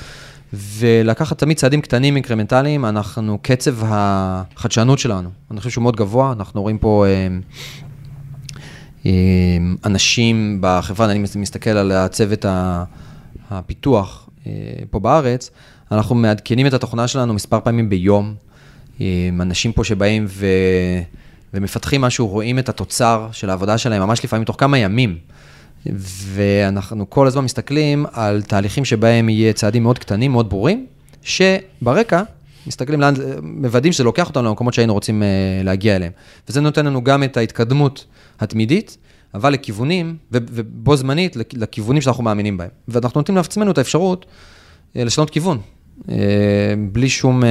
ולקחת תמיד צעדים קטנים אינקרמנטליים, אנחנו, קצב החדשנות שלנו, אני חושב שהוא מאוד גבוה, אנחנו רואים פה אנשים בחברה, אני מסתכל על הצוות הפיתוח פה בארץ, אנחנו מעדכנים את התוכנה שלנו מספר פעמים ביום, אנשים פה שבאים ו... ומפתחים משהו, רואים את התוצר של העבודה שלהם, ממש לפעמים תוך כמה ימים. ואנחנו כל הזמן מסתכלים על תהליכים שבהם יהיה צעדים מאוד קטנים, מאוד ברורים, שברקע מסתכלים לאן, מוודאים שזה לוקח אותנו למקומות שהיינו רוצים להגיע אליהם. וזה נותן לנו גם את ההתקדמות התמידית, אבל לכיוונים, ובו זמנית, לכיוונים שאנחנו מאמינים בהם. ואנחנו נותנים לעצמנו את האפשרות לשנות כיוון, בלי שום,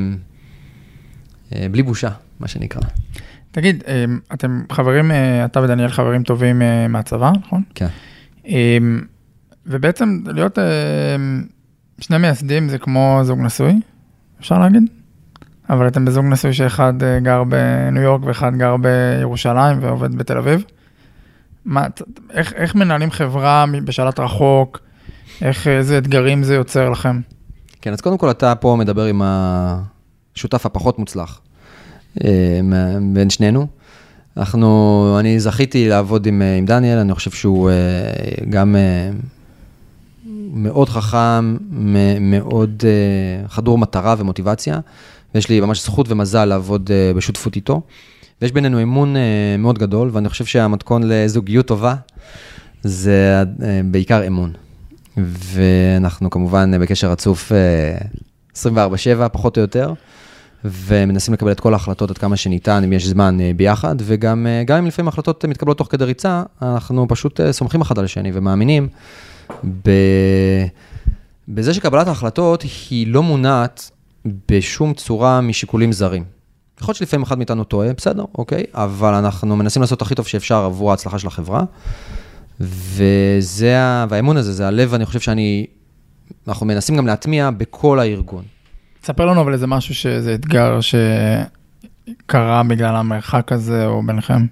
בלי בושה, מה שנקרא. תגיד, אתם חברים, אתה ודניאל חברים טובים מהצבא, נכון? כן. ובעצם להיות שני מייסדים זה כמו זוג נשוי, אפשר להגיד? אבל אתם בזוג נשוי שאחד גר בניו יורק ואחד גר בירושלים ועובד בתל אביב. מה, איך, איך מנהלים חברה בשלט רחוק? איך, איזה אתגרים זה יוצר לכם? כן, אז קודם כל אתה פה מדבר עם השותף הפחות מוצלח. בין שנינו. אנחנו, אני זכיתי לעבוד עם, עם דניאל, אני חושב שהוא גם מאוד חכם, מאוד חדור מטרה ומוטיבציה, ויש לי ממש זכות ומזל לעבוד בשותפות איתו, ויש בינינו אמון מאוד גדול, ואני חושב שהמתכון לזוגיות טובה, זה בעיקר אמון. ואנחנו כמובן בקשר רצוף עשרים וארבע שבע, פחות או יותר, ומנסים לקבל את כל ההחלטות עד כמה שניתן, אם יש זמן ביחד, וגם גם אם לפעמים ההחלטות מתקבלות תוך כדי ריצה, אנחנו פשוט סומכים אחד על השני ומאמינים ב... בזה שקבלת ההחלטות היא לא מונעת בשום צורה משיקולים זרים. יכול להיות שלפעמים אחד מאיתנו טועה, בסדר, אוקיי, אבל אנחנו מנסים לעשות הכי טוב שאפשר עבור ההצלחה של החברה, וזה, והאמון הזה, זה הלב, אני חושב שאני, אנחנו מנסים גם להטמיע בכל הארגון. תספר לנו אבל איזה משהו שזה אתגר שקרה בגלל המרחק הזה או ביניכם.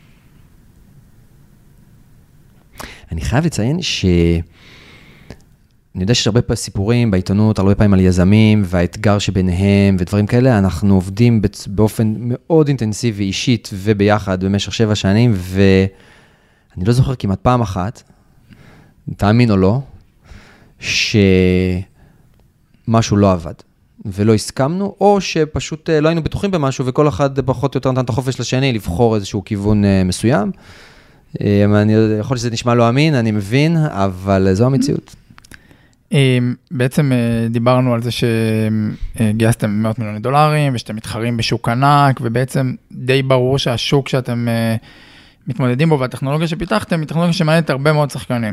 אני חייב לציין ש... אני יודע שיש הרבה סיפורים בעיתונות, הרבה פעמים על יזמים והאתגר שביניהם ודברים כאלה, אנחנו עובדים באופן מאוד אינטנסיבי, אישית וביחד במשך שבע שנים, ואני לא זוכר כמעט פעם אחת, תאמין או לא, שמשהו לא עבד. ולא הסכמנו, או שפשוט לא היינו בטוחים במשהו, וכל אחד פחות או יותר נתן את החופש לשני, לבחור איזשהו כיוון מסוים. אני יכול שזה נשמע לא אמין, אני מבין, אבל זו המציאות. בעצם דיברנו על זה שגייסתם מאות מיליוני דולרים, ושאתם מתחרים בשוק ענק, ובעצם די ברור שהשוק שאתם מתמודדים בו, והטכנולוגיה שפיתחתם, היא טכנולוגיה שמעניינת הרבה מאוד שחקנים.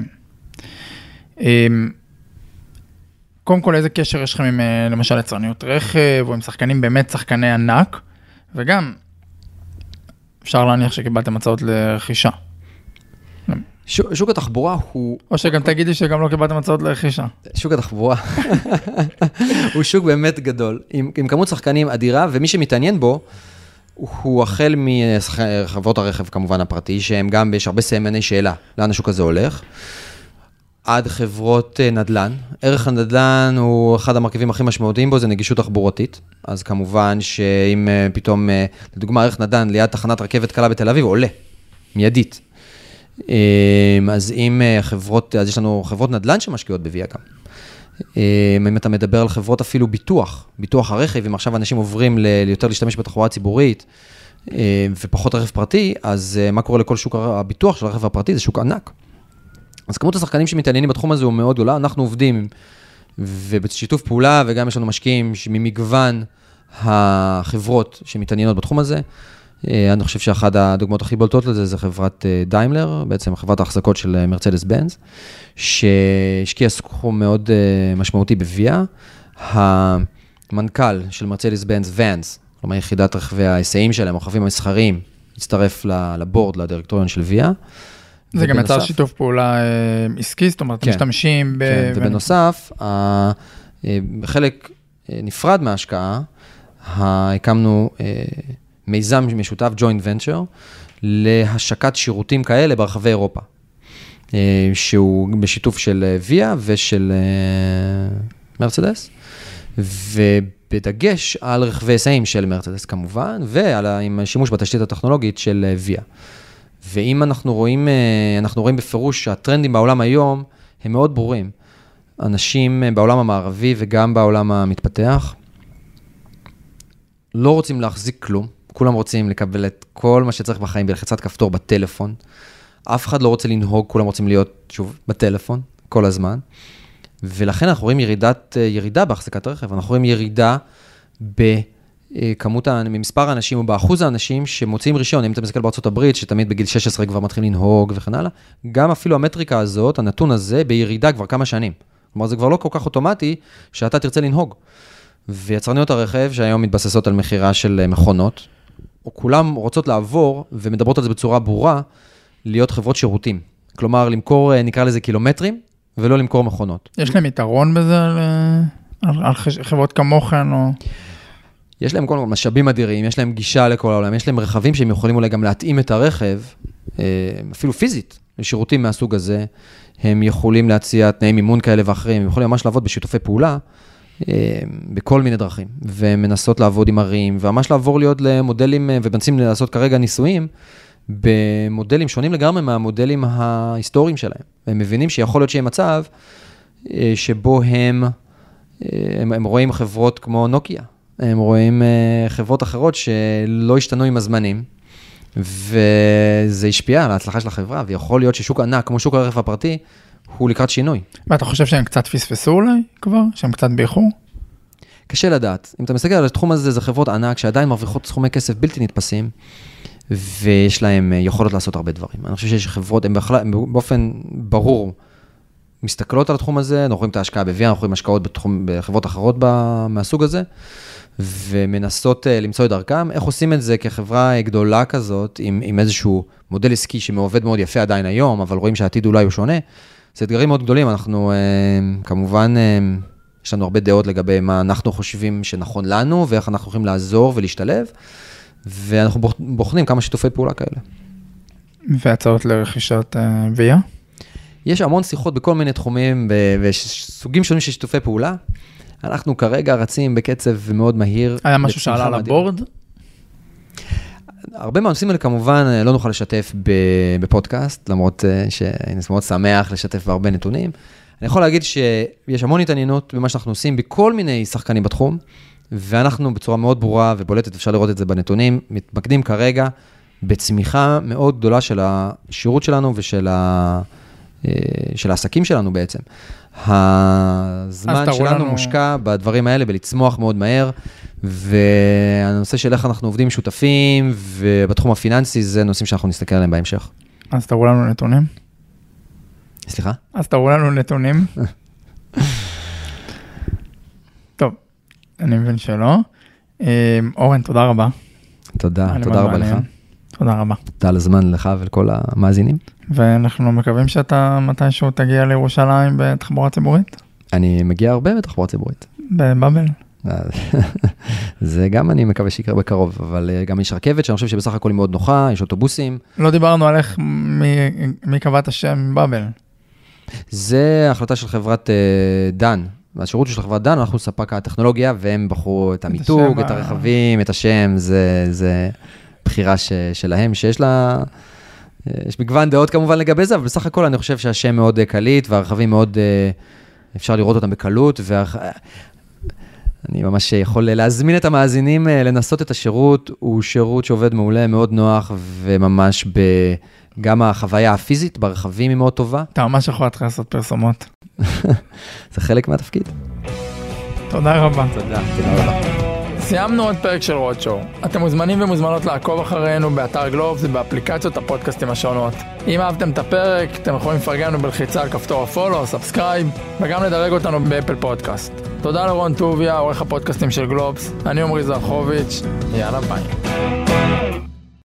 קודם כל, איזה קשר יש לכם עם, למשל, יצרניות רכב, או עם שחקנים באמת שחקני ענק, וגם אפשר להניח שקיבלתם הצעות לרכישה. שוק התחבורה הוא... או שגם תגידי שגם לא קיבלתם הצעות לרכישה. שוק התחבורה הוא שוק באמת גדול, עם, עם כמות שחקנים אדירה, ומי שמתעניין בו, הוא החל מחברות הרכב, כמובן הפרטי, שהם גם, יש הרבה סיימני שאלה, לאן השוק הזה הולך, עד חברות נדל"ן. ערך הנדל"ן הוא אחד המרכיבים הכי משמעותיים בו, זה נגישות תחבורתית. אז כמובן שאם פתאום, לדוגמה, ערך נדל"ן ליד תחנת רכבת קלה בתל אביב, עולה, מיידית. אז אם חברות, אז יש לנו חברות נדל"ן שמשקיעות בוויה גם. אם אתה מדבר על חברות אפילו ביטוח, ביטוח הרכב, אם עכשיו אנשים עוברים ליותר להשתמש בתחבורה ציבורית, ופחות רכב פרטי, אז מה קורה לכל שוק הביטוח של הרכב הפרטי? זה שוק ענק. אז כמות השחקנים שמתעניינים בתחום הזה הוא מאוד גדולה, אנחנו עובדים ובשיתוף פעולה, וגם יש לנו משקיעים ממגוון החברות שמתעניינות בתחום הזה. אני חושב שאחת הדוגמאות הכי בולטות לזה זה חברת דיימלר, בעצם חברת ההחזקות של מרצדס בנץ, שהשקיע סכום מאוד משמעותי בוויה. המנכ"ל של מרצדס בנץ, ואנס, כלומר יחידת רכבי ההיסעים שלהם, הרכבים המסחריים, הצטרף לבורד, לדירקטוריון של ויה. זה גם יצר שיתוף פעולה עסקי, זאת אומרת, משתמשים ב... כן, ובנוסף, חלק נפרד מההשקעה, הקמנו מיזם משותף, joint venture, להשקת שירותים כאלה ברחבי אירופה, שהוא בשיתוף של ויה ושל מרצדס, ובדגש על רכבי היסעים של מרצדס כמובן, ועם שימוש בתשתית הטכנולוגית של ויה. ואם אנחנו רואים, אנחנו רואים בפירוש שהטרנדים בעולם היום הם מאוד ברורים. אנשים בעולם המערבי וגם בעולם המתפתח לא רוצים להחזיק כלום. כולם רוצים לקבל את כל מה שצריך בחיים בלחיצת כפתור בטלפון. אף אחד לא רוצה לנהוג, כולם רוצים להיות, שוב, בטלפון, כל הזמן. ולכן אנחנו רואים ירידת, ירידה בהחזקת רכב, אנחנו רואים ירידה בכמות, ממספר האנשים, או באחוז האנשים שמוצאים רישיון, אם אתה מסתכל בארצות הברית, שתמיד בגיל שש עשרה כבר מתחילים לנהוג וכן הלאה, גם אפילו המטריקה הזאת, הנתון הזה, בירידה כבר כמה שנים. כלומר, זה כבר לא כל כך אוטומטי, שאתה תרצה לנהוג. ויצרניות הרכב, שהיום מתבססות על מחירה של מכונות, או כולם רוצות לעבור, ומדברות על זה בצורה ברורה, להיות חברות שירותים. כלומר, למכור, נקרא לזה קילומטרים, ולא למכור מכונות. יש להם יתרון בזה על, על, על חברות כמוכן או... יש להם כל משאבים אדירים, יש להם גישה לכל העולם, יש להם רכבים שהם יכולים אולי גם להתאים את הרכב, אפילו פיזית, לשירותים מהסוג הזה, הם יכולים להציע תנאי מימון כאלה ואחרים, הם יכולים ממש לעבוד בשיתופי פעולה, בכל מיני דרכים, ומנסות לעבוד עם ערים, וממש לעבור להיות למודלים, ומנסים לעשות כרגע ניסויים, במודלים שונים לגמרי מהמודלים ההיסטוריים שלהם. והם מבינים שיכול להיות שיהיה מצב שבו הם, הם, הם רואים חברות כמו נוקיה, הם רואים חברות אחרות שלא השתנו עם הזמנים, וזה השפיע על ההצלחה של החברה, ויכול להיות ששוק ענק, כמו שוק הרכב הפרטי, הוא לקראת שינוי. ואתה חושב שהם קצת פספסו אולי כבר? שהם קצת באיחור? קשה לדעת. אם אתה מסתכל על התחום הזה, זה חברות ענק שעדיין מרוויחות סכומי כסף בלתי נתפסים, ויש להם יכולות לעשות הרבה דברים. אני חושב שיש חברות, הן באופן ברור מסתכלות על התחום הזה, אנחנו רואים את ההשקעה בוויה, אנחנו רואים השקעות בתחום, בחברות אחרות מהסוג הזה, ומנסות למצוא את דרכם. איך עושים את זה כחברה גדולה כזאת, עם, עם איזשהו מודל עסקי שמעובד מאוד יפה עדיין היום, אבל רואים שהעתיד אולי הוא שונה. זה אתגרים מאוד גדולים, אנחנו כמובן, יש לנו הרבה דעות לגבי מה אנחנו חושבים שנכון לנו, ואיך אנחנו יכולים לעזור ולהשתלב, ואנחנו בוחנים כמה שיתופי פעולה כאלה. והצעות לרכישת ויה? יש המון שיחות בכל מיני תחומים, וסוגים שונים של שיתופי פעולה. אנחנו כרגע רצים בקצב מאוד מהיר. היה משהו שעלה על הבורד? הרבה מהנושאים האלה כמובן לא נוכל לשתף בפודקאסט, למרות שאני מאוד שמח לשתף בהרבה נתונים. אני יכול להגיד שיש המון התעניינות במה שאנחנו עושים בכל מיני שחקנים בתחום, ואנחנו בצורה מאוד ברורה ובולטת, אפשר לראות את זה בנתונים, מתמקדים כרגע בצמיחה מאוד גדולה של השירות שלנו ושל ה... של העסקים שלנו בעצם. הזמן שלנו לנו... מושקע בדברים האלה, בלצמוח מאוד מהר, והנושא של איך אנחנו עובדים שותפים, ובתחום הפיננסי זה נושאים שאנחנו נסתכל עליהם בהמשך. אז תראו לנו נתונים. סליחה? אז תראו לנו נתונים. טוב, אני מבין שלא. אורן, תודה רבה. תודה, תודה רבה לך. תודה רבה. תודה על הזמן לך ולכל המאזינים. ואנחנו מקווים שאתה מתישהו תגיע לירושלים בתחבורה ציבורית? אני מגיע הרבה בתחבורה ציבורית. בבאבל? זה גם אני מקווה שיקרה בקרוב, אבל גם יש רכבת שאני חושב שבסך הכל היא מאוד נוחה, יש אוטובוסים. לא דיברנו על איך, מי קבע את השם באבל? זה החלטה של חברת דן. והשירות של חברת דן, אנחנו ספק הטכנולוגיה, והם בחרו את המיתוג, את הרכבים, את השם, זה בחירה שלהם, שיש לה... יש מגוון דעות כמובן לגבי זה, אבל בסך הכל אני חושב שהשם מאוד קליט, והרכבים מאוד, אפשר לראות אותם בקלות, ואני ממש יכול להזמין את המאזינים לנסות את השירות, הוא שירות שעובד מעולה, מאוד נוח, וממש גם החוויה הפיזית ברכבים היא מאוד טובה. אתה ממש יכול להתחיל לעשות פרסומות. זה חלק מהתפקיד. תודה רבה. תודה, תודה רבה. סיימנו עוד פרק של רודשואו. אתם מוזמנים ומוזמנות לעקוב אחרינו באתר גלובס ובאפליקציות הפודקאסטים השונות. אם אהבתם את הפרק, אתם יכולים לפרגן לנו בלחיצה על כפתור הפולו או סאבסקרייב, וגם לדרג אותנו באפל פודקאסט. תודה לרון טוביה, עורך הפודקאסטים של גלובס. אני עומרי זרחוביץ', יאללה ביי.